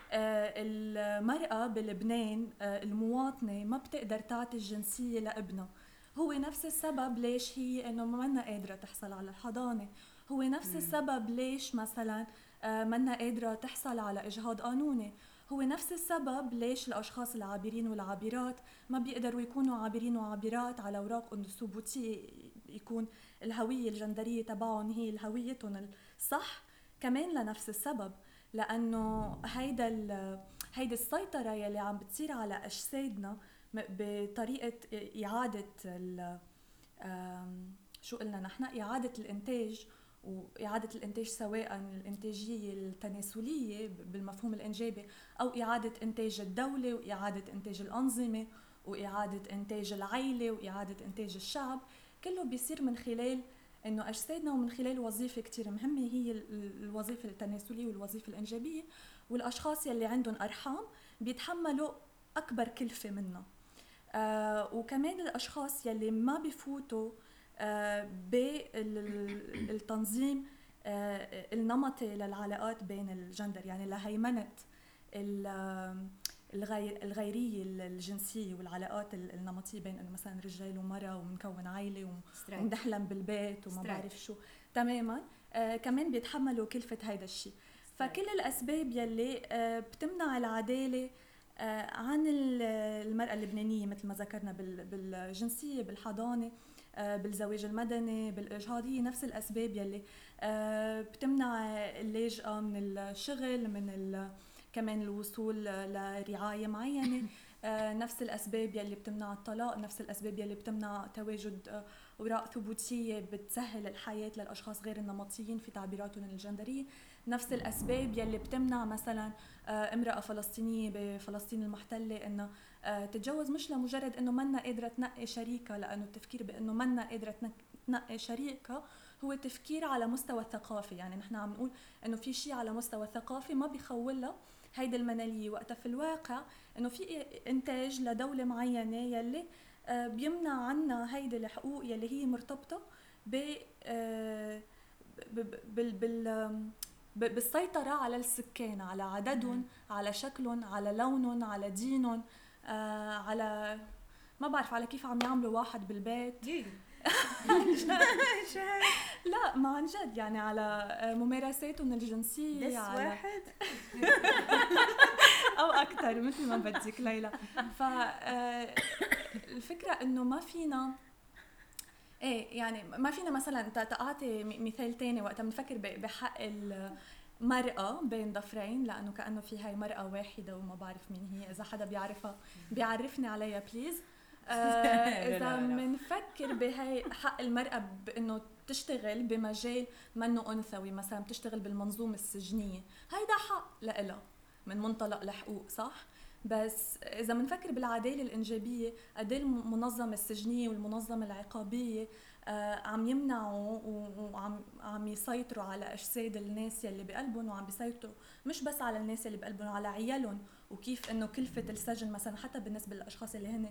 المرأة بلبنان المواطنة ما بتقدر تعطي الجنسية لابنها، هو نفس السبب ليش هي انه ما قادرة تحصل على الحضانة، هو نفس السبب ليش مثلا ما قادرة تحصل على إجهاض قانوني، هو نفس السبب ليش الأشخاص العابرين والعابرات ما بيقدروا يكونوا عابرين وعابرات على أوراق الثبوتية، يكون الهوية الجندرية تبعهم هي هويتهم الصح، كمان لنفس السبب، لأنه هيدا السيطرة يلي عم بتصير على أجسادنا بطريقة إعادة شو قلنا نحن، إعادة الإنتاج وإعادة الإنتاج سواء الإنتاجية التناسلية بالمفهوم الإنجابي أو إعادة إنتاج الدولة وإعادة إنتاج الأنظمة وإعادة إنتاج العائلة وإعادة إنتاج الشعب، كله بيصير من خلال إنه أجسادنا ومن خلال وظيفة كتير مهمة هي الوظيفة التناسلية والوظيفة الإنجابية، والأشخاص يلي عندهم أرحام بيتحملوا أكبر كلفة منها. وكمان الأشخاص يلي ما بيفوتوا بالتنظيم النمطي للعلاقات بين الجندر، يعني لهيمنة الغيرية الجنسية والعلاقات النمطية بين إنه مثلا رجال ومرأة ومنكون عائلة ومنحلم بالبيت وما بعرف شو تماما. كمان بيتحملوا كلفة هيدا الشيء. فكل الأسباب يلي بتمنع العدالة عن المرأة اللبنانية مثل ما ذكرنا بالجنسية، بالحضانة، بالزواج المدني، بالإجهاض، هي نفس الأسباب يلي بتمنع اللاجئة من الشغل، من كمان الوصول لرعاية معينة، نفس الأسباب يلي بتمنع الطلاق، نفس الأسباب يلي بتمنع تواجد أوراق ثبوتية بتسهل الحياة للأشخاص غير النمطيين في تعبيراتهم الجندرية، نفس الأسباب يلي بتمنع مثلا امرأة فلسطينية بفلسطين المحتلة إنها تتجوز مش لمجرد إنه منا قادرة تنقي شريكة، لأنه التفكير بإنه منا قادرة تنقي شريكة هو تفكير على مستوى الثقافي. يعني نحن عم نقول إنه في شيء على مستوى الثقافي ما بيخولها هيدي المنالية، وقتها في الواقع إنه في إنتاج لدولة معينة يلي بيمنع عنا هيدي الحقوق يلي هي مرتبطة بالسيطرة على السكان، على عددهم، على شكلهم، على لونهم، على دينهم، على ما بعرف على كيف عم يعملوا واحد بالبيت. لا ما عن جد، يعني على ممارساتهم الجنسية، على واحد أو أكتر مثل ما بدك ليلى. فالفكرة إنه ما فينا يعني ما فينا مثلا تعطي مثال تاني وقت بنفكر بحق المرأة بين ضفرين، لأنه كأنه في هاي مرأة واحدة وما بعرف مين هي، إذا حدا بيعرفها بيعرفني عليها بليز. إذا منفكر بهاي حق المرأة بأنه تشتغل بمجال منه أنثوي، مثلا بتشتغل بالمنظومة السجنية، هيدا حق لإلها من منطلق الحقوق، صح؟ بس إذا منفكر بالعدالة الإنجابية، قد ايه المنظمة السجنية والمنظمة العقابية عم يمنعوا وعم يسيطروا على أجساد الناس يلي بقلبهم، وعم بيسيطروا مش بس على الناس يلي بقلبهم، على عيالهم، وكيف إنه كلفة السجن مثلا حتى بالنسبة للأشخاص اللي هن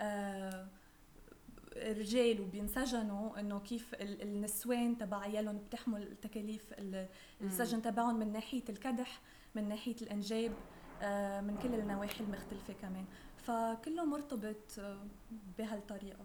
رجال وبينسجنوا، إنه كيف النسوان تبع عيالهم بتحمل تكاليف السجن تبعهم من ناحية الكدح، من ناحية الإنجاب، من كل النواحي المختلفة كمان. فكله مرتبط بهالطريقة.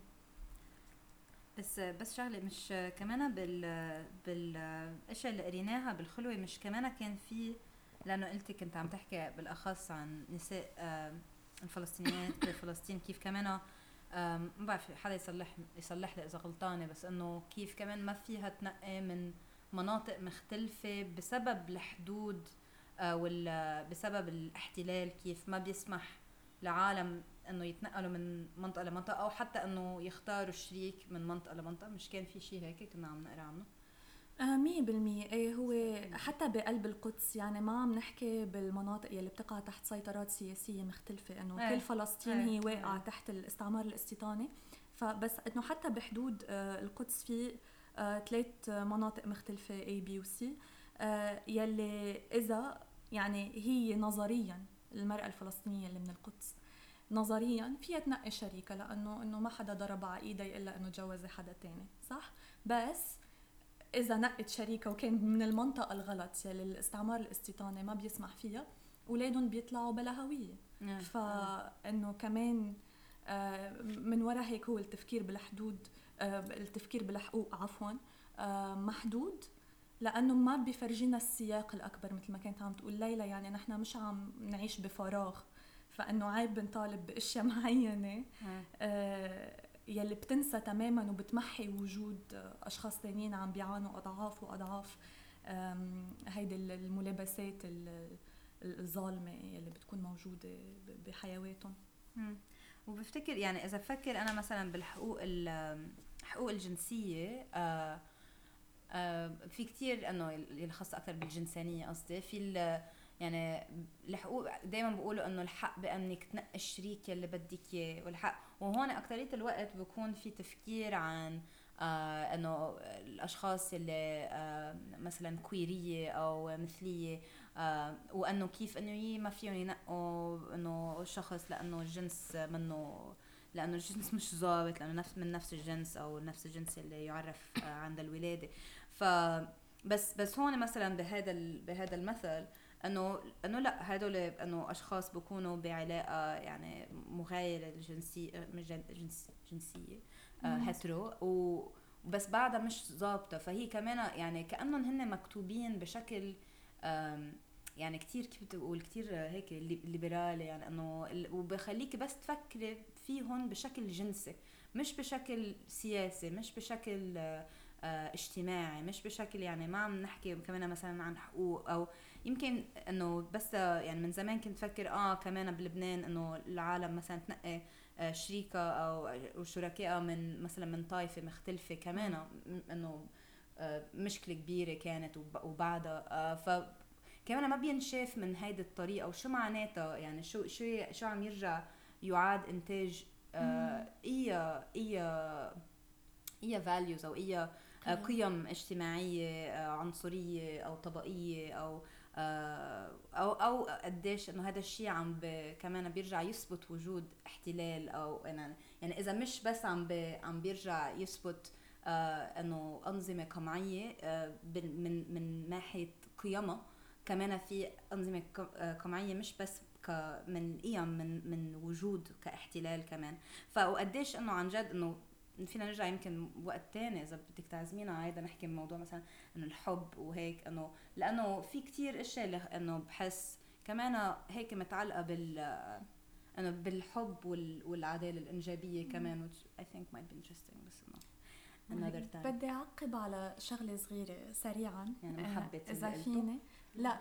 بس شغله مش كمان بالاشياء اللي قريناها بالخلوه، مش كمان كان في، لانه قلتي كنت عم تحكي بالاخص عن نساء الفلسطينيات بفلسطين، كيف كمان ما بعرف حدا يصلح لي اذا غلطانه، بس انه كيف كمان ما فيها تنقي من مناطق مختلفه بسبب الحدود ولا بسبب الاحتلال، كيف ما بيسمح لعالم انه يتنقلوا من منطقه لمنطقه، او حتى انه يختاروا الشريك من منطقه لمنطقه. مش كان في شيء هيك كنا عم نقرا عنه؟ 100%. ايه هو حتى بقلب القدس، يعني ما عم نحكي بالمناطق يلي بتقع تحت سيطرات سياسيه مختلفه، انه كل فلسطين هي واقعه تحت الاستعمار الاستيطاني، فبس انه حتى بحدود القدس في 3 مناطق مختلفه A B و C يلي اذا يعني هي نظريا المرأة الفلسطينية اللي من القدس نظريا فيها تنقي شريكة، لأنه إنه ما حدا ضرب على إيدها إلا إنه تجوزي حدا تاني، صح؟ بس إذا نقت شريكة وكان من المنطقة الغلط يلي الاستعمار الاستيطاني ما بيسمح فيها، أولادهم بيطلعوا بلا هوية. فإنه كمان من وراء هيك هو التفكير بالحدود، التفكير بالحقوق عفوا محدود، لأنه ما بيفرجينا السياق الأكبر مثل ما كانت عم تقول ليلى. يعني نحن مش عم نعيش بفراغ، فإنه عيب بنطالب بأشياء معينة يلي بتنسى تماماً وبتمحي وجود أشخاص تانيين عم بيعانوا أضعاف وأضعاف هيدي الملابسات الظالمة يلي بتكون موجودة بحيواتهم. وبفتكر يعني إذا بفكر أنا مثلاً بالحقوق الجنسية، في كتير انه اللي خاص اكثر بالجنسانيه قصدي في يعني الحقوق دائما بيقولوا انه الحق بانك تنقي الشريك اللي بدك اياه والحق، وهون اكثريه الوقت بيكون في تفكير عن انه الاشخاص اللي مثلا كويريه او مثليه، وانه كيف انه ما فيهم ينقوا انه شخص لانه الجنس منه، لانه الجنس مش ظابط، لانه من نفس الجنس او نفس الجنس اللي يعرف عند الولاده. ف بس هون مثلا بهذا المثل انه لا، هدول انه اشخاص بيكونوا بعلاقه يعني مغايره للجنسيه، مش جنسيه هترو، وبس بعدها مش ظابطه، فهي كمان يعني كانهم هن مكتوبين بشكل يعني كتير كيف بتقول كتير هيك ليبرالي، يعني انه وبخليك بس تفكري فيهم بشكل جنسي، مش بشكل سياسي، مش بشكل اجتماعي، مش بشكل يعني ما عم نحكي كمان مثلا عن حقوق، او يمكن انه بس يعني من زمان كنت فكر كمان بلبنان انه العالم مثلا تنقي شريكة او شركاء من مثلا من طائفة مختلفة كمان، انه مشكلة كبيرة كانت وبعدها فكمان ما بينشاف من هيدي الطريقة وشو معناتها، يعني شو عم يرجع يعاد انتاج اي values او اي قيم اجتماعيه عنصريه او طبقيه او قديش انه هذا الشيء كمان بيرجع يثبت وجود احتلال، او يعني اذا مش بس عم بيرجع يثبت انه انظمه قمعيه من ناحيه قيمها، كمان في انظمه قمعيه مش بس من قيم من وجود كاحتلال كمان. فقديش انه عن جد انه فينا نرجع يمكن وقت تاني اذا بدك تعزمينا عايده نحكي بموضوع مثلا انه الحب وهيك، انه لانه في كتير اشياء انه بحس كمان هيك متعلقه انه بالحب والعداله الانجابيه كمان، which I think might be interesting، بس انه another time. بدي اعقب على شغله صغيره سريعا، يعني محبه اذا فيني. لا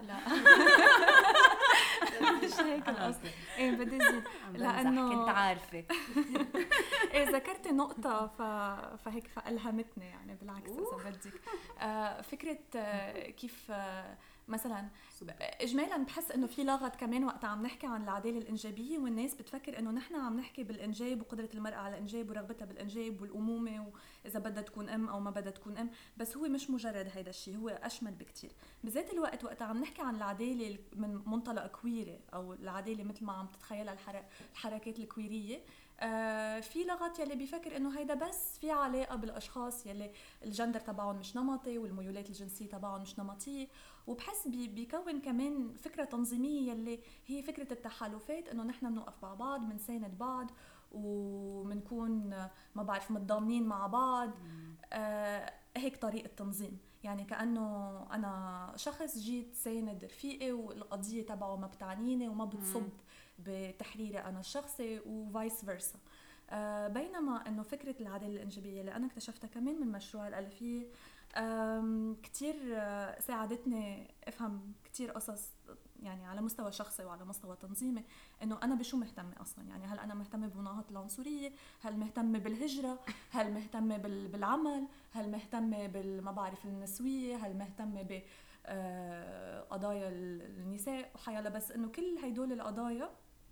مش هيك القصد، بدي ازيد لانه كنت عارفه ذكرتي نقطه فهيك فالهمتني، يعني بالعكس اذا بدك فكره كيف مثلا اجمالا بحس انه في لغط كمان وقت عم نحكي عن العداله الانجابيه، والناس بتفكر انه نحن عم نحكي بالانجاب وقدره المراه على الانجاب ورغبتها بالانجاب والامومه، واذا بدها تكون ام او ما بدها تكون ام، بس هو مش مجرد هيدا الشيء، هو اشمل بكتير. بذات الوقت وقت عم نحكي عن العداله من منطلق كويري او العداله مثل ما عم تتخيلها الحركات الكويريه، في لغط يلي بيفكر انه هيدا بس في علاقه بالاشخاص يلي الجندر تبعهم مش نمطي والميولات الجنسيه تبعهم مش نمطيه، وبحس بيكون كمان فكره تنظيميه يلي هي فكره التحالفات، انه نحن بنوقف مع بعض، بنساند بعض، ومنكون ما بعرف متضامنين مع بعض. هيك طريقه تنظيم، يعني كأنه أنا شخص جيت ساند رفيقي والقضية تبعه ما بتعنيني وما بتصب بتحريري أنا الشخصي وفايس فيرسا. بينما أنه فكرة العدالة الإنجابية اللي أنا اكتشفتها كمان من مشروع الألفية كتير ساعدتني أفهم كتير قصص، يعني على مستوى شخصي وعلى مستوى تنظيمي، انه انا بشو مهتمه اصلا، يعني هل انا مهتمه بمناهضه العنصريه، هل مهتمه بالهجره، هل مهتمه بالعمل، هل مهتمه ما بعرف النسويه، هل مهتمه ب قضايا النساء وحيالا، بس انه كل هيدول القضايا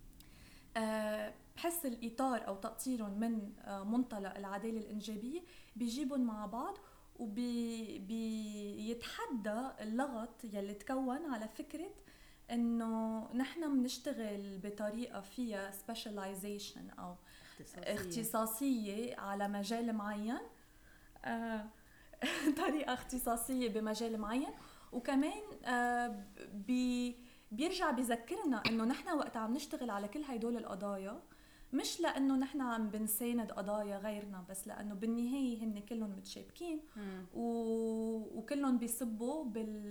بحس الاطار او تقطيرهم من منطلق العداله الانجابيه بيجيبهم مع بعض، وبيتحدى اللغط يلي تكون على فكره انه نحن بنشتغل بطريقه فيها specialization او اختصاصيه على مجال معين، طريقه اختصاصيه بمجال معين، وكمان بيرجع بيذكرنا انه نحن وقت عم نشتغل على كل هيدول القضايا مش لانه نحن عم بنساند قضايا غيرنا، بس لانه بالنهايه هن كلهم متشابكين وكلهم بيصبوا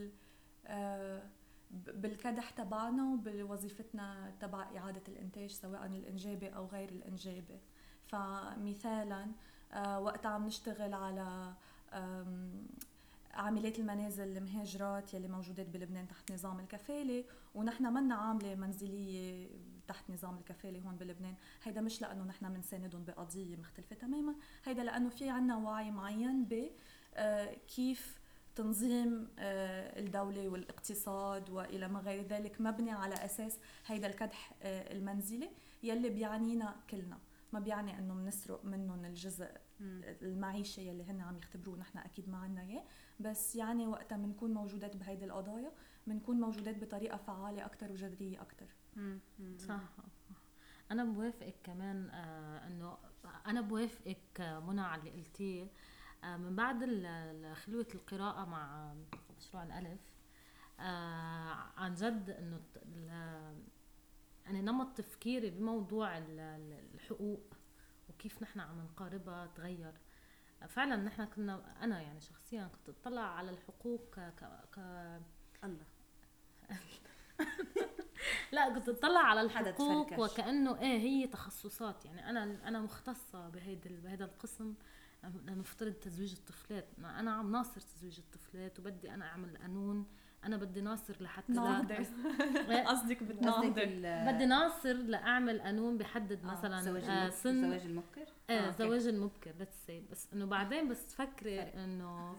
بالكدح تبعنا وبوظيفتنا تبع إعادة الإنتاج سواء الإنجابي أو غير الإنجابي. فمثالا وقت عم نشتغل على عاملات المنازل المهاجرات يلي موجودات بلبنان تحت نظام الكفالة، ونحن منا عاملة منزلية تحت نظام الكفالة هون بلبنان، هيدا مش لأنه نحن منساندهم بقضية مختلفة تماما، هيدا لأنه في عنا وعي معين بكيف تنظيم الدولة والاقتصاد وإلى ما غير ذلك مبني على أساس هيدا الكدح المنزلي يلي بيعنينا كلنا. ما بيعني انه بنسرق منهم الجزء المعيشي يلي هن عم يختبروه، نحن اكيد ما عنا اياه، بس يعني وقتها بنكون موجودات بهيدي القضايا بنكون موجودات بطريقه فعاله اكثر وجذريه اكثر. صح. انا بوافقك كمان انه انا بوافقك منى على اللي قلتيه. من بعد خلوة القراءة مع مشروع الألف عن جد انه يعني نمط تفكيري بموضوع الحقوق وكيف نحن عم نقاربها تغير فعلا. نحن كنا، انا يعني شخصيا كنت اطلع على الحقوق الله لا كنت اطلع على الحقوق وكأنه هي تخصصات. يعني انا مختصة بهيدا القسم. نفترض تزويج الطفلات، انا عم ناصر تزويج الطفلات وبدي انا اعمل قانون، انا بدي ناصر لحتى قصدك بدي ناصر لاعمل قانون بحدد مثلا سن زواج المبكر. زواج المبكر بس انه بعدين بس تفكري انه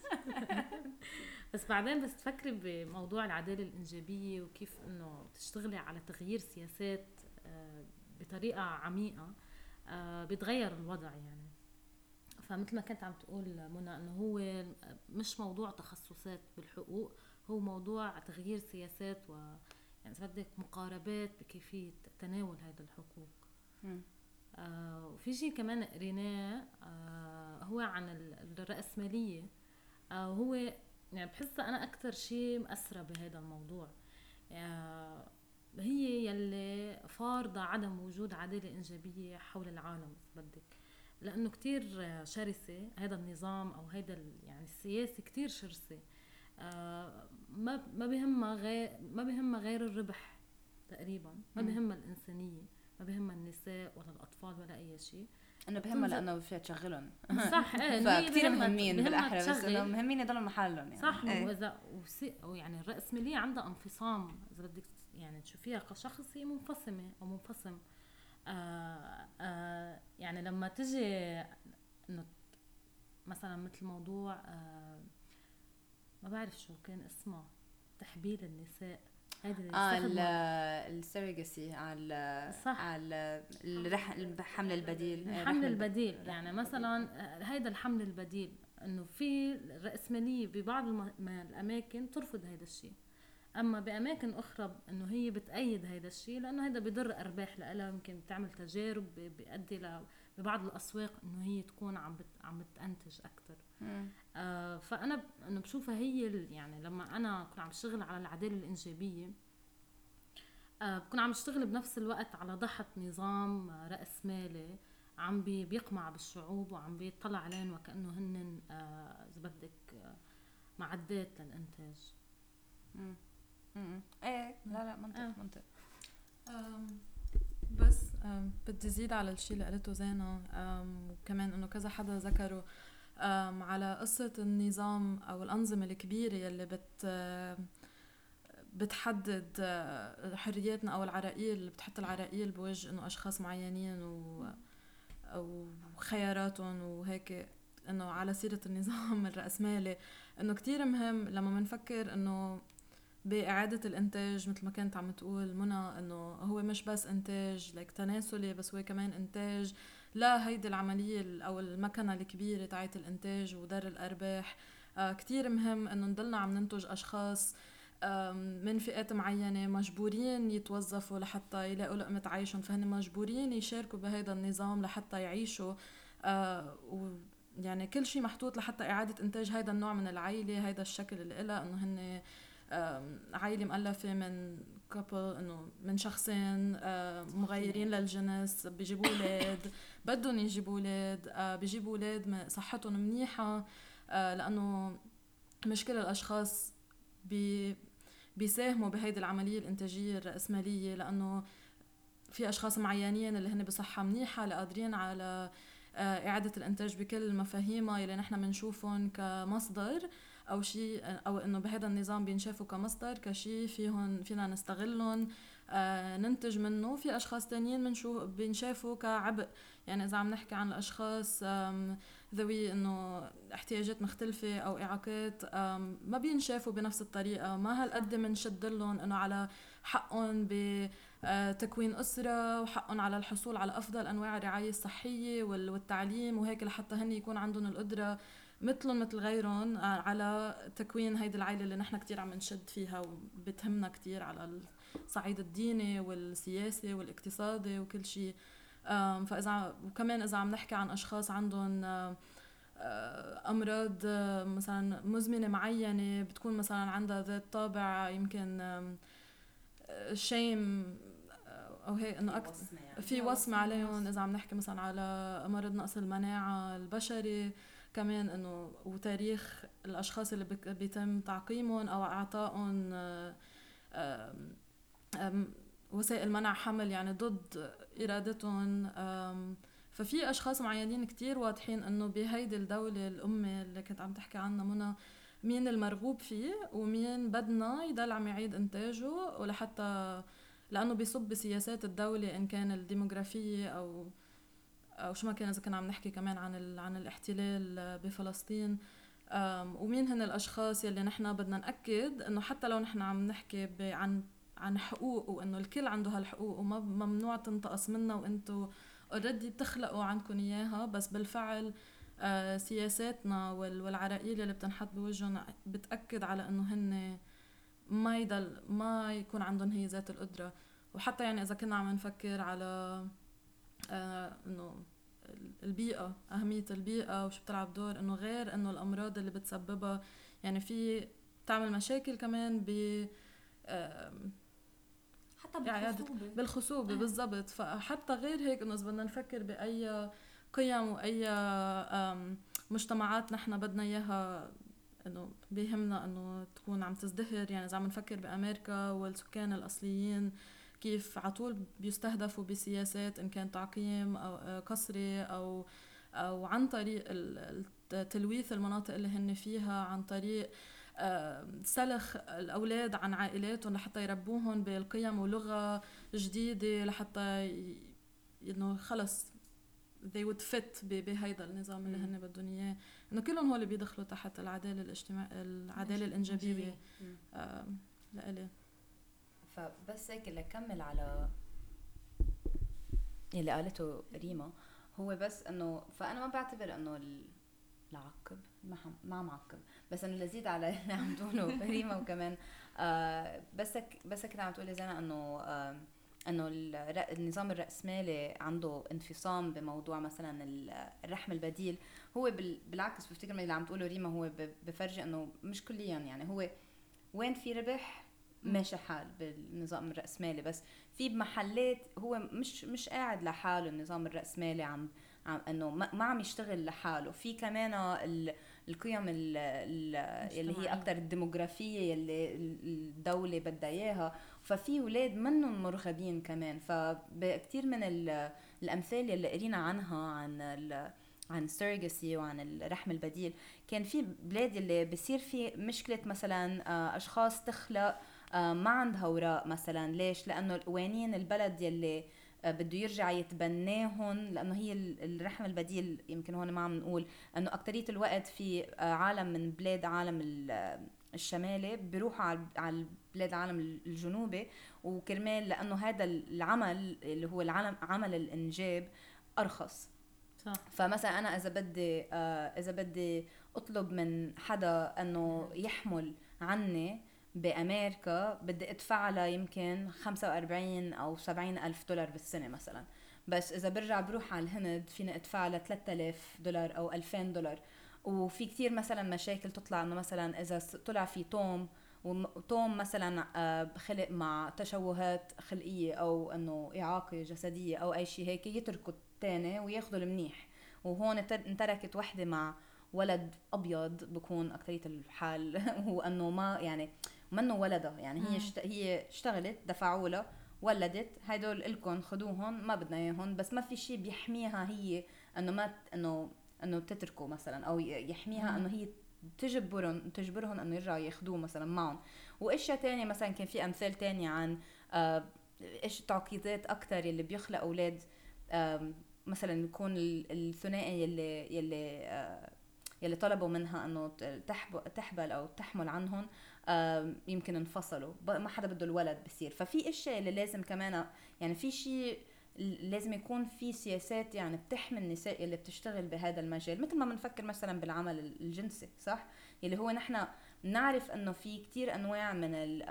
بس بعدين بس تفكري بموضوع العداله الانجابيه وكيف انه تشتغلي على تغيير سياسات بطريقه عميقه بيتغير الوضع. يعني فمثل ما كنت عم تقول منى انه هو مش موضوع تخصصات بالحقوق، هو موضوع تغيير سياسات يعني اذا بدك مقاربات بكيفيه تناول هذه الحقوق. وفي شيء كمان قريناه هو عن الرأسمالية. هو يعني بحس انا اكثر شيء مأثرة بهذا الموضوع هي يلي فارضة عدم وجود عدالة إنجابية حول العالم بدك، لأنه كتير شرسة هذا النظام أو هذا يعني السياسة كتير شرسة. ما بهمها غير الربح تقريبا، ما بهمها الإنسانية، ما بهمها النساء ولا الأطفال ولا أي شيء. انه بهمها لانه فيها تشغلهم صح. فكتير مهمين بالاحرى، بس انه مهمين يضلوا محلهم يعني. صح. واذا يعني الرأسمالية عندها انفصام اذا بدك يعني تشوفيها كشخص هي منفصمة او منفصم. يعني لما تجي انه مثلا مثل موضوع ما بعرف شو كان اسمه، تحبيل النساء، السيرجسي على الحمل البديل. الحمل البديل يعني مثلا هيدا الحمل البديل انه في الرأسمالية ببعض الاماكن ترفض هيدا الشيء، اما باماكن اخرى انه هي بتأيد هيدا الشيء لانه هيدا بيضر ارباح لها، يمكن بتعمل تجارب بيؤدي ببعض الاسواق انه هي تكون عم بتنتج اكثر. فانا انه بشوفها هي يعني لما انا كنت عم بشتغل على العداله الانجابيه بكون عم بشتغل بنفس الوقت على ضحة نظام رأسمالي عم بيقمع بالشعوب وعم بيطلع عليهم وكأنه هن اذا بدك معدات للانتاج. ايه لا منطق. بس بدي زيد على الشيء اللي قالته زينة، وكمان انه كذا حدا ذكره على قصة النظام او الانظمة الكبيرة يلي بتحدد حرياتنا او العراقيل اللي بتحط العراقيل بوجه انه اشخاص معينين او خياراتهم وهيك. انه على سيرة النظام الرأسمالي انه كتير مهم لما منفكر انه بإعادة الإنتاج مثل ما كانت عم تقول منى إنه هو مش بس إنتاج تناسلي، بس هو كمان إنتاج لا هيدي العملية أو المكنة الكبيرة تاعت الإنتاج ودار الأرباح. كتير مهم إنه نضلنا عم ننتج أشخاص من فئات معينة مجبورين يتوظفوا لحتى يلاقوا لقمة عيشهم، فهن مجبورين يشاركوا بهذا النظام لحتى يعيشوا. يعني كل شيء محطوط لحتى إعادة إنتاج هذا النوع من العائلة، هذا الشكل اللي إلها إنه هن عائلة مؤلفة من كابل، إنه من شخصين مغيرين للجنس، بيجيبوا أولاد بدهم يجيبوا أولاد، بيجيبوا أولاد صحتهم منيحة، لأنه مش كل الأشخاص بيساهموا بهيدي العملية الإنتاجية الرأسمالية، لأنه في أشخاص معينين اللي هن بصحة منيحة اللي قادرين على إعادة الإنتاج بكل مفاهيمها اللي نحن منشوفهم كمصدر أو شيء، أو إنه بهذا النظام بينشافوا كمصدر كشيء فينا نستغلهم ننتج منه. في أشخاص تانيين بينشافوا كعبء. يعني إذا عم نحكي عن الأشخاص ذوي انه احتياجات مختلفة او اعاقات ما بينشافوا بنفس الطريقة. ما هالقد منشد لهم انه على حقهم بتكوين أسرة وحقهم على الحصول على افضل انواع الرعاية الصحية والتعليم وهيك، لحتى هن يكون عندهم القدرة مثلهم مثل غيرهم على تكوين هيدي العائلة اللي نحن كتير عم نشد فيها وبتهمنا كتير على الصعيد الديني والسياسي والاقتصادي وكل شيء. فإذا وكمان إذا عم نحكي عن أشخاص عندهم أمراض مثلا مزمنة معينة، بتكون مثلا عندها ذات طابع يمكن شيم أو هيك، إنه في وصمة عليهم. إذا عم نحكي مثلا على مرض نقص المناعة البشري كمان، إنه وتاريخ الأشخاص اللي بيتم تعقيمهم أو إعطائهم وسائل منع حمل يعني ضد إرادتهم. ففي أشخاص معينين كتير واضحين إنه بهيدي الدولة الأمة اللي كنت عم تحكي عنها منى، مين المرغوب فيه ومين بدنا يضل عم يعيد إنتاجه، ولحتى لأنه بيصب بسياسات الدولة إن كان الديموغرافية أو شو ما كان، إذا كنا عم نحكي كمان عن الاحتلال بفلسطين. ومين هن الأشخاص يلي نحنا بدنا نأكد إنه حتى لو نحنا عم نحكي عن حقوق وإنه الكل عنده هالحقوق وممنوع تنتقص منا وإنتو already بتخلقوا عندكم إياها، بس بالفعل سياساتنا والعراقيل اللي بتنحط بوجهن بتأكد على إنه هن ما يكون عندهم هي ذات القدرة. وحتى يعني إذا كنا عم نفكر على إنه البيئة، أهمية البيئة وشو بتلعب دور، إنه غير إنه الأمراض اللي بتسببها يعني في تعمل مشاكل كمان حتى بالخصوبة بالضبط. فحتى غير هيك إنه إذا بدنا نفكر بأي قيم وأي مجتمعات نحن بدنا إياها إنه بيهمنا إنه تكون عم تزدهر. يعني إذا عم نفكر بأمريكا والسكان الأصليين كيف عطول بيستهدفوا بسياسات إن كان تعقيم أو قسري أو عن طريق تلويث المناطق اللي هن فيها، عن طريق سلخ الأولاد عن عائلاتهم لحتى يربوهم بالقيم ولغة جديدة لحتى إنه خلص they would fit بهيدا النظام اللي هن بدهم إياه. إنه كلهم هول بيدخلوا تحت العدالة العدالة الإنجابية لإلي. فبس هيك اللي كمل على اللي قالته ريما، هو بس إنه فأنا ما بعتبر إنه العقب ما معقب، بس انه لزيد على اللي عم تقوله ريما وكمان بس كنت عم تقولي زينة انه النظام الرأسمالي عنده انفصام بموضوع مثلا الرحم البديل. هو بالعكس بفتكر من اللي عم تقوله ريما، هو بفرجي انه مش كليا يعني هو وين في ربح ماشي حال بالنظام الرأسمالي، بس في محلات هو مش قاعد لحاله النظام الرأسمالي عم انه ما عم يشتغل لحاله. في كمان القيم اللي هي اكثر الديموغرافيه اللي الدوله بدها اياها، ففي اولاد منهم مرغبين كمان. فبكثير من الامثال اللي قرينا عنها عن السيرجسي وعن الرحم البديل، كان في بلاد اللي بصير في مشكله مثلا اشخاص تخلق ما عندها اوراق مثلا. ليش؟ لانه القوانين البلد يلي بده يرجع يتبناهن، لانه هي الرحم البديل يمكن هون ما عم نقول انه اكترية الوقت في عالم من بلاد عالم الشمالي بيروحوا على بلاد العالم الجنوبي، وكرمال لانه هذا العمل اللي هو عمل الانجاب ارخص. صح. فمثلا انا اذا بدي اطلب من حدا انه يحمل عني بأمريكا، بدي ادفع لها يمكن 45 أو 70 ألف دولار بالسنة مثلا. بس إذا بروح على الهند فينا ادفع لها 3000 دولار أو 2000 دولار. وفي كتير مثلا مشاكل تطلع إنه مثلا إذا طلع في توم مثلا بخلق مع تشوهات خلقية أو إنه إعاقة جسدية أو أي شيء هيك، يتركوا التاني وياخدوا المنيح. وهون انتركت وحدة مع ولد أبيض بكون أكترية الحال هو أنه ما يعني منه ولدها، يعني هي اشتغلت دفعوا لها ولدت، هيدول إلكن خدوهن ما بدنا اياهن، بس ما في شيء بيحميها هي انه ما انه تتركه مثلا، او يحميها انه هي تجبرهم انه يرجعوا ياخدوه مثلا معهم. واشياء تانية مثلا كان في امثال تانية عن ايش تعقيدات اكتر اللي بيخلق اولاد مثلا يكون الثنائي يلي طلبوا منها انه تحبل او تحمل عنهم يمكن انفصلوا، ما حدا بده الولد بصير. ففي اشياء اللي لازم كمان يعني في شيء لازم يكون في سياسات يعني بتحمي النساء اللي بتشتغل بهذا المجال، مثل ما بنفكر مثلا بالعمل الجنسي صح، يلي هو نحن نعرف انه في كتير انواع من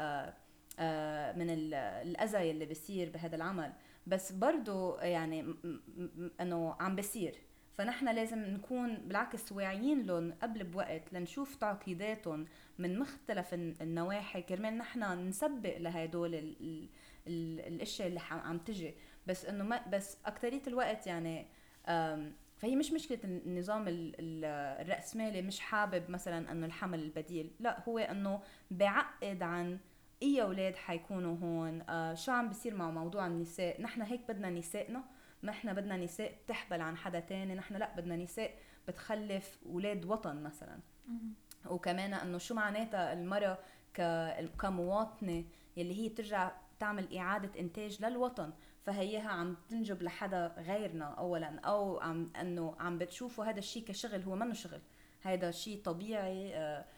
الاذى اللي بيصير بهذا العمل، بس برضو يعني انه عم بيصير. فنحن لازم نكون بالعكس واعيين لهم قبل بوقت لنشوف تعقيداتهم من مختلف النواحي كرمال نحن نسبق لهدول الاشياء اللي عم تجي. بس انه ما بس اكترية الوقت يعني فهي مش مشكلة النظام الرأسمالي مش حابب مثلا انه الحمل البديل، لا هو انه بعقد عن اي اولاد حيكونوا هون، شو عم بيصير مع موضوع النساء. نحن هيك بدنا نسائنا، ما احنا بدنا نساء تحبل عن حدا تاني، نحن لا بدنا نساء بتخلف اولاد وطن مثلا. وكمان انه شو معناتها المرأة كمواطنة يلي هي بترجع تعمل إعادة إنتاج للوطن، فهيها عم تنجب لحدا غيرنا أولا، أو انه عم بتشوفوا هذا الشيء كشغل، هو منه شغل، هذا شيء طبيعي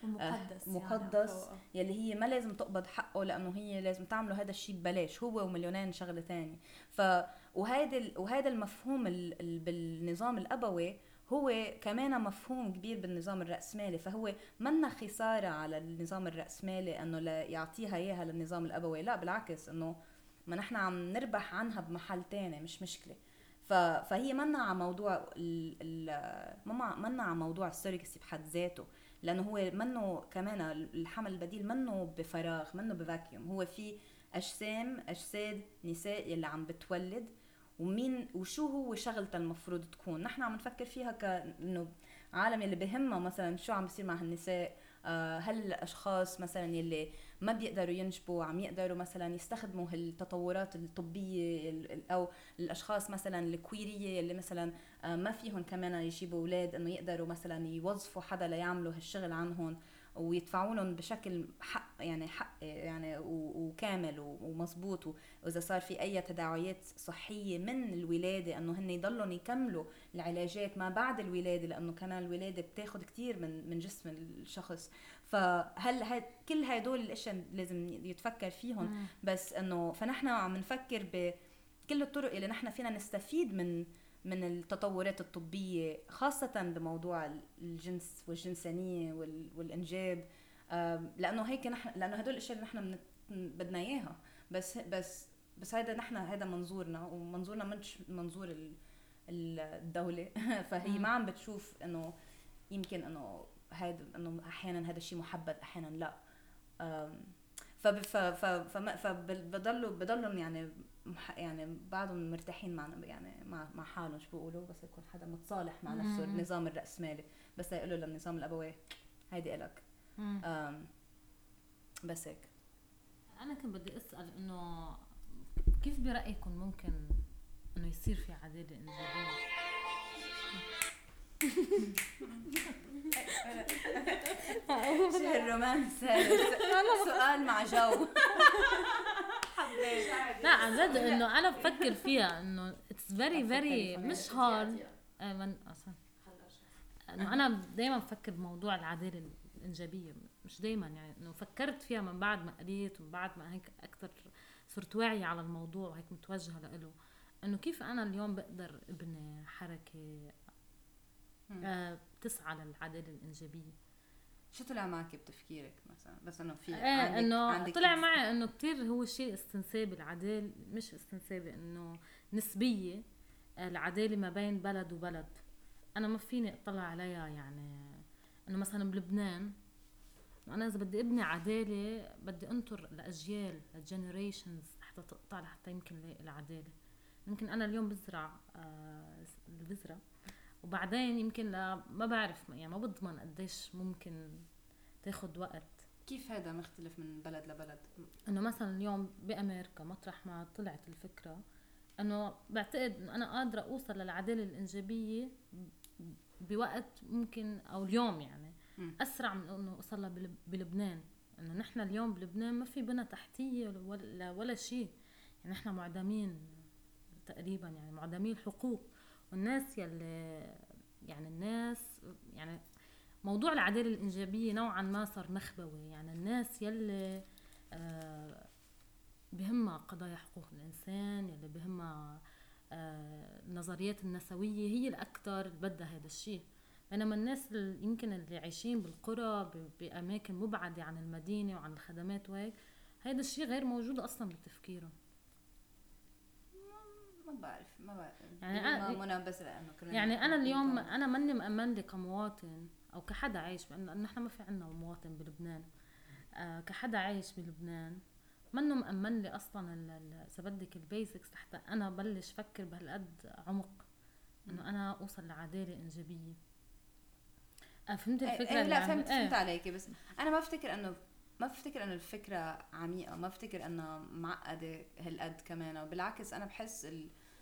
مقدس يلي هي ما لازم تقبض حقه لانه هي لازم تعملوا هذا الشيء ببلاش، هو ومليونين شغله ثانيه. وهذا المفهوم بالنظام الابوي هو كمان مفهوم كبير بالنظام الرأسمالي، فهو منا خسارة على النظام الرأسمالي انه لا يعطيها اياها للنظام الابوي، لا بالعكس انه ما نحن عم نربح عنها بمحل تاني، مش مشكلة. فهي منا على موضوع منا على موضوع السيرجسي بحد ذاته، لانه هو منه كمان الحمل البديل منه بفراغ، منه بفاكيوم، هو في اجساد نساء اللي عم بتولد، ومين وشو هو شغلتها المفروض تكون. نحن عم نفكر فيها كانه عالم اللي بهمها مثلا شو عم بيصير مع هالنساء، هل الاشخاص مثلا يلي ما بيقدروا ينجبوا عم يقدروا مثلا يستخدموا هالتطورات الطبيه، او الاشخاص مثلا الكويريه اللي مثلا ما فيهم كمان يجيبوا اولاد، انه يقدروا مثلا يوظفوا حدا ليعملوا هالشغل عنهم ويدفعوا لهم بشكل حق يعني وكامل ومزبوط، واذا صار في اي تداعيات صحيه من الولاده انه هن يضلوا يكملوا العلاجات ما بعد الولاده، لانه كمان الولاده بتاخد كتير من جسم الشخص. فهل كل هدول الاشياء لازم يتفكر فيهم، بس انه فنحن عم نفكر بكل الطرق اللي نحن فينا نستفيد من التطورات الطبية، خاصة بموضوع الجنس والجنسانية والإنجاب، لأنه هيك لأنه هدول الأشياء اللي نحن بدنا إياها. بس هذا منظورنا، ومنظورنا مش منظور الدولة. فهي ما عم بتشوف إنه يمكن إنه أحيانا هذا الشيء محبب، أحيانا لا. فبضلوا يعني بعضهم مرتاحين مع حالهم، شو بيقولوا، بس يكون حدا متصالح مع نفسه النظام الرأسمالي، بس يقولوا للنظام الأبوي هيدي إلك. بس هيك. أنا كنت بدي أسأل إنه كيف برأيكم ممكن إنه يصير في عدالة إنجابية؟ شو هالرومانس هذا؟ سؤال مع جو. لا عن جد انه انا بفكر فيها انه it's very very مش هارد. انه انا دايما بفكر بموضوع العدالة الإنجابية، مش دايما يعني انه فكرت فيها من بعد ما قريت ومن بعد ما هيك اكثر صرت واعية على الموضوع وهيك متوجهة له، انه كيف انا اليوم بقدر ابني حركة تسعى للعدالة الإنجابية. شو طلع معك بتفكيرك مثلا؟ بس انه في انه طلع معي انه كتير هو شيء استنسابي، العدالة مش استنسابي، انه نسبية العدالة ما بين بلد وبلد. انا ما فيني اطلع عليها يعني انه مثلا بلبنان انا اذا بدي ابني عدالة بدي انطر الاجيال الجنريشنز حتى تقطع لحتى يمكن لاقي العدالة. يمكن انا اليوم بزرع البذرة وبعدين يمكن ما بعرف يعني ما بضمن قديش ممكن تاخد وقت. كيف هذا مختلف من بلد لبلد؟ انه مثلا اليوم بامريكا مطرح ما طلعت الفكرة انه بعتقد انه انا قادرة اوصل للعدالة الانجابية بوقت ممكن او اليوم يعني اسرع من انه اوصلها بلبنان. انه نحن اليوم بلبنان ما في بنى تحتية ولا شيء، يعني نحن معدمين تقريبا، يعني معدمين الحقوق، والناس يلي يعني الناس يعني موضوع العدالة الإنجابية نوعا ما صار نخبوي. يعني الناس يلي بهمها قضايا حقوق الإنسان، يلي بهمها النظريات النسوية، هي الأكثر اللي بدها هذا الشيء. بينما الناس يمكن اللي عايشين بالقرى بأماكن مبعدة عن المدينة وعن الخدمات وهيك، هذا الشيء غير موجود أصلا بتفكيرهم. ما بعرف يعني أنا بس لأنه يعني أنا اليوم أنا ماني مأمن لي كمواطن أو كحدا عايش، لأنه نحن ما في عنا مواطن بلبنان، كحدا عايش بلبنان منه مأمن لي أصلا إذا بدك البيسكس لحتى أنا بلش فكر بهالقد عمق إنه أنا أوصل لعدالة إنجابية. فهمت الفكرة؟ لا فهمت عليكي، بس أنا ما بفتكر انه الفكرة عميقة، ما بفتكر انها معقدة هالقد كمان. وبالعكس انا بحس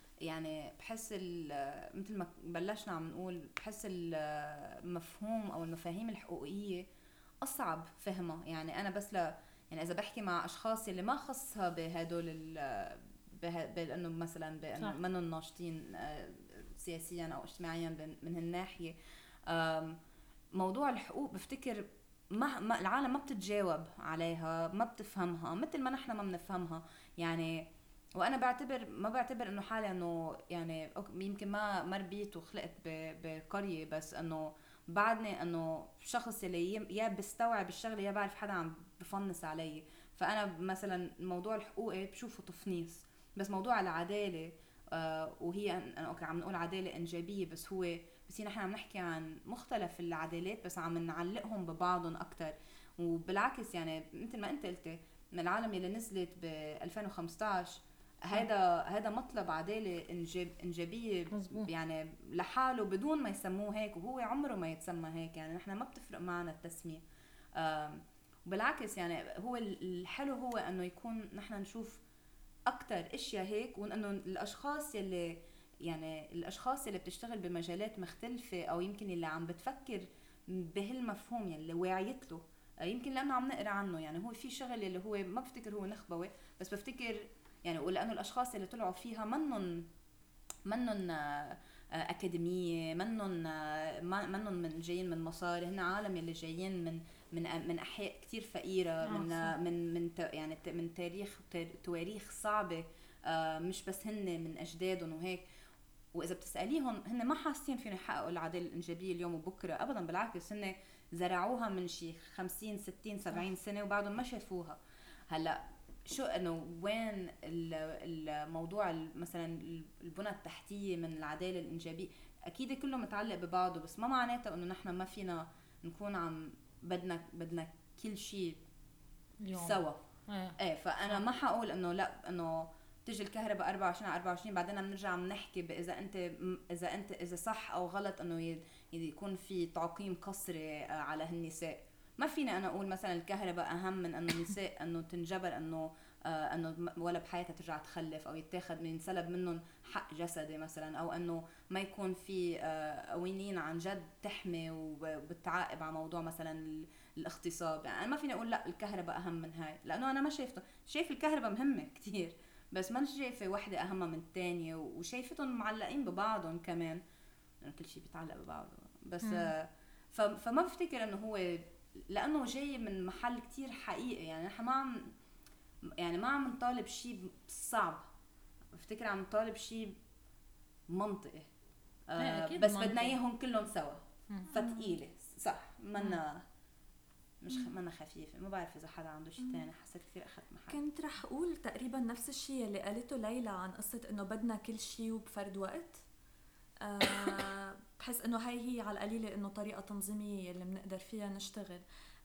مثل ما بلشنا عم نقول، بحس المفهوم او المفاهيم الحقوقية اصعب فهمها. يعني انا بس يعني اذا بحكي مع اشخاص اللي ما خصها بهدول بانه مثلا بانه منهم ناشطين سياسيا او اجتماعيا من هالناحية، موضوع الحقوق بفتكر ما العالم ما بتتجاوب عليها، ما بتفهمها مثل ما نحن ما بنفهمها. يعني وانا ما بعتبر انه حالي انه يعني يمكن ما ربيت وخلقت بقرية، بس انه بعدني انه شخص اللي يا بيستوعب الشغله يا بعرف حدا عم بفنس علي. فانا مثلا موضوع الحقوقي بشوفه تفنيس، بس موضوع العداله وهي اوكي عم نقول عداله انجابيه، بس نحن عم نحكي عن مختلف العدالات بس عم نعلقهم ببعضهم اكثر. وبالعكس يعني مثل ما انت قلتي من العالم اللي نزلت ب 2015 هذا مطلب عداله انجابيه مزبوط. يعني لحاله بدون ما يسموه هيك، وهو عمره ما يتسمى هيك. يعني نحن ما بتفرق معنا التسميه. وبالعكس يعني هو الحلو هو انه يكون نحن نشوف اكثر اشياء هيك، وانه الاشخاص اللي بتشتغل بمجالات مختلفة او يمكن اللي عم بتفكر بهالمفهوم يلي واعيت له، يمكن لانه عم نقرا عنه. يعني هو في شغل اللي هو ما بفتكر هو نخبوي، بس بفتكر يعني ولانه الاشخاص اللي طلعوا فيها منن اكاديميه، منن من جايين من مصاري، هن عالم اللي جايين من احياء كتير فقيره، من تواريخ صعبه، مش بس هن من اجدادهم وهيك. واذا بتساليهم هن ما حاسين فيهم يحققوا العداله الانجابيه اليوم وبكره ابدا، بالعكس هن زرعوها من شي 50 60 70 سنه وبعدهم ما شافوها. هلا شو انه وين الموضوع مثلا البنى التحتيه من العداله الانجابيه؟ اكيد كله متعلق ببعضه، بس ما معناته انه نحن ما فينا نكون عم بدنا كل شيء سوا. ايه فانا ما حقول انه لا انه تجي الكهرباء 24 على 24 بعدين بنرجع بنحكي اذا صح او غلط انه يكون في تعقيم قسري على هالنساء. ما فيني انا اقول مثلا الكهرباء اهم من انه النساء انه تنجبر انه ولا بحياتها ترجع تخلف او ينسلب منهم حق جسدي مثلا، او انه ما يكون في قوانين عن جد تحمي وبتعاقب على موضوع مثلا الاغتصاب. يعني انا ما فيني اقول لا الكهرباء اهم من هاي، لانه انا ما شايف الكهرباء مهمه كتير، بس ما شايفه وحده اهم من الثانيه، وشايفتهم معلقين ببعضهم كمان، لانه كل شيء بيتعلق ببعضه. بس فما بفتكر انه هو لانه جاي من محل كتير حقيقي. يعني نحن ما عم نطالب شيء صعب، بفتكر عم نطالب شيء منطقي. بس منطقي. بدنا اياهم كلهم سوا فتقيله صح، منا خفيفه. ما بعرف اذا حدا عنده شيء تاني، حسيت كثير اخذت محل. كنت رح اقول تقريبا نفس الشيء اللي قالته ليلى عن قصه انه بدنا كل شيء وبفرد وقت. بحس انه هي على القليله انه طريقه تنظيميه اللي بنقدر فيها نشتغل.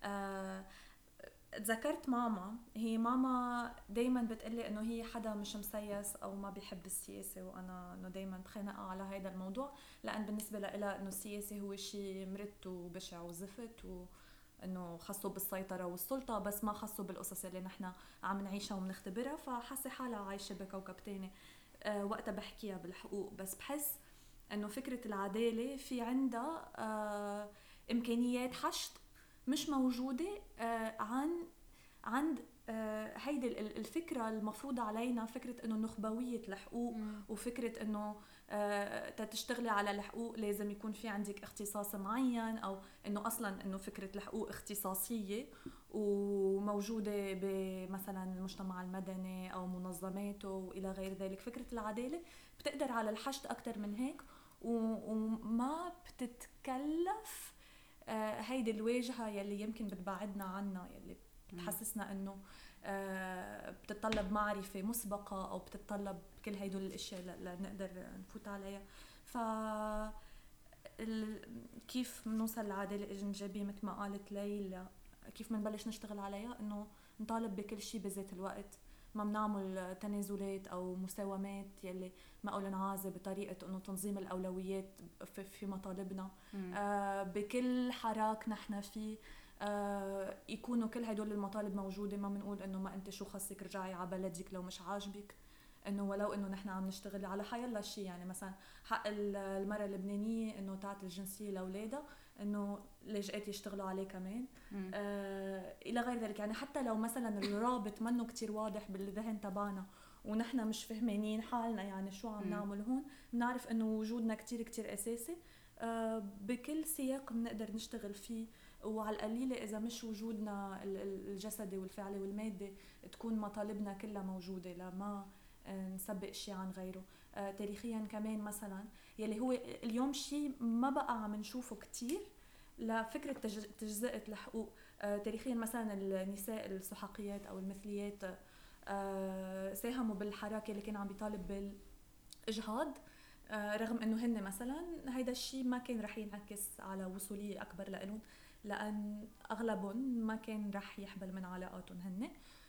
تذكرت ماما دايما بتقلي انه هي حدا مش مسيس او ما بيحب السياسه، وانا انه دايما بتخانق على هذا الموضوع، لان بالنسبه لها انه السياسه هو شيء مرت وبشع وزفت، وانه خصه بالسيطره والسلطه بس ما خصه بالقصص اللي نحن عم نعيشها وبنختبرها، فحاسه حالها عايشه بكوكب تاني وقتها بحكيها بالحقوق. بس بحس انه فكره العداله في عندها امكانيات حشد مش موجوده عند هيدي الفكرة المفروضة علينا، فكرة انه نخبوية الحقوق، وفكرة انه تشتغلي على الحقوق لازم يكون في عندك اختصاص معين، او انه اصلا انه فكرة الحقوق اختصاصية وموجودة بمثلا المجتمع المدني او منظماته والى غير ذلك. فكرة العدالة بتقدر على الحشد اكتر من هيك، وما بتتكلف هيدي الواجهة يلي يمكن بتبعدنا عنها، يلي بتحسسنا انه بتتطلب معرفة مسبقة او بتتطلب كل هيدول الاشياء لنقدر نفوت عليها. ف كيف بنوصل للعدالة الإنجابية مثل ما قالت ليلى، كيف بنبلش نشتغل عليها؟ انه نطالب بكل شيء بذات الوقت، ما بنعمل تنازلات او مساومات يلي معقول نعازي بطريقه انه تنظيم الاولويات في مطالبنا. بكل حراك نحن فيه يكونوا كل هدول المطالب موجوده، ما بنقول انه ما انت شو خصك رجعي على بلدك لو مش عاجبك، انه ولو انه نحن عم نشتغل على حيالله شيء. يعني مثلا حق المراه اللبنانيه انه تعطي الجنسيه لاولادها، انه لاجئات يشتغلوا عليه كمان، الى غير ذلك. يعني حتى لو مثلا الرابط منه كتير واضح بالذهن تبعنا ونحن مش فهمانين حالنا يعني شو عم نعمل هون، بنعرف انه وجودنا كتير كتير اساسي. بكل سياق بنقدر نشتغل فيه، وعلى القليله اذا مش وجودنا الجسدي والفعلي والمادي تكون مطالبنا كلها موجوده لما نسبق شيء عن غيره. تاريخيا كمان مثلا يلي هو اليوم شيء ما بقى عم نشوفه كتير لفكرة تجزئة الحقوق. تاريخيا مثلا النساء السحقيات أو المثليات ساهموا بالحراك اللي كان عم بيطالب بالإجهاض، رغم أنه هن مثلا هيدا الشيء ما كان رح ينعكس على وصولية أكبر لهم، لأن أغلبهم ما كان رح يحبل من علاقاتهم هن.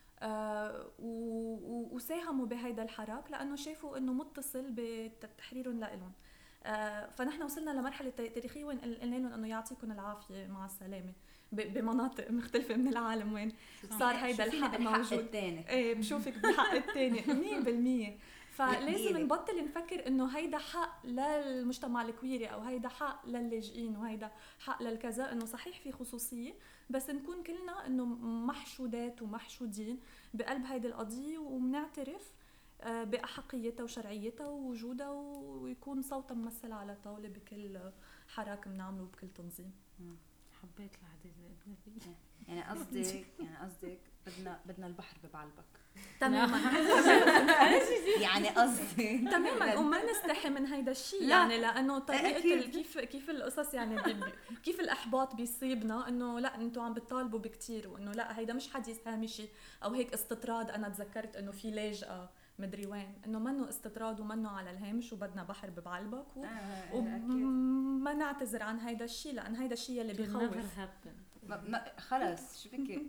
وساهموا بهيدا الحراك لأنه شافوا أنه متصل بتحريرهم لهم. فنحن وصلنا لمرحلة تاريخية وين قلنا لهم أنه يعطيكم العافية مع السلامة بمناطق مختلفة من العالم وين صار هيدا الحق موجود. ايه بشوفك بالحق الثاني 100%. فلازم نبطل نفكر انه هيدا حق للمجتمع الكويري او هيدا حق للاجئين وهيدا حق للكذا، انه صحيح في خصوصية بس نكون كلنا انه محشودات ومحشودين بقلب هيدي القضية، وبنعترف بأحقيتها وشرعيتها ووجودها، ويكون صوتها ممثل على طاولة بكل حراك بنعمله وبكل تنظيم. حبيت العديد الأجنبية. يعني قصدك بدنا البحر ببعلبك تماما. يعني قصدي تماما، وما نستحي من هيدا الشيء يعني، لانه طريقه كيف القصص يعني كيف الاحباط بيصيبنا انه لا انتم عم بتطالبوا بكتير، وانه لا هيدا مش حديث هامشي او هيك استطراد. انا تذكرت انه في لاجئه مدري وين، انه منه استطراد ومنه على الهامش، وبدنا بحر ببعلبك وما نعتذر عن هيدا الشيء، لان هيدا الشيء اللي بيخوف. خلص شو بكي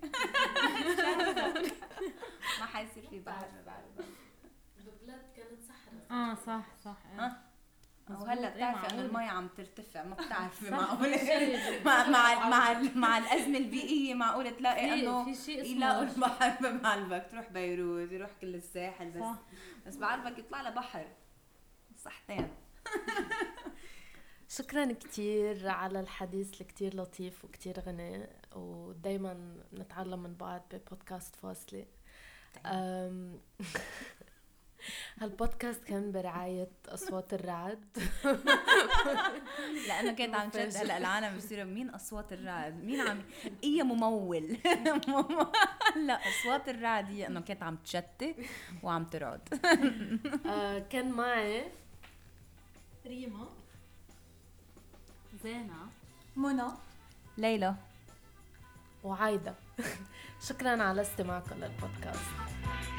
ما حيصير في بحر ببعلبك. ببلاد كانت صحراء. صح. وهلا بتعرفي انه المي عم ترتفع، ما بتعرفي معقوله مع الازمه البيئيه معقوله تلاقي انه يلاقوا البحر ببعلبك، تروح بيروت يروح كل الساحل بس بعلبك يطلع له بحر. صحتين. شكرا كتير على الحديث الكتير لطيف وكتير غني، ودايما نتعلم من بعض ببودكاست فاصلة. هالبودكاست كان برعاية أصوات الرعد. لأنه كانت عم تشد هلأ العالم بيصيروا مين أصوات الرعد، مين عم إيه ممول. لا أصوات الرعد هي أنه كانت عم تشتي وعم ترعد. كان معي ريما، زينة، منى، ليلى وعايدة. شكرا على استماعكم للبودكاست.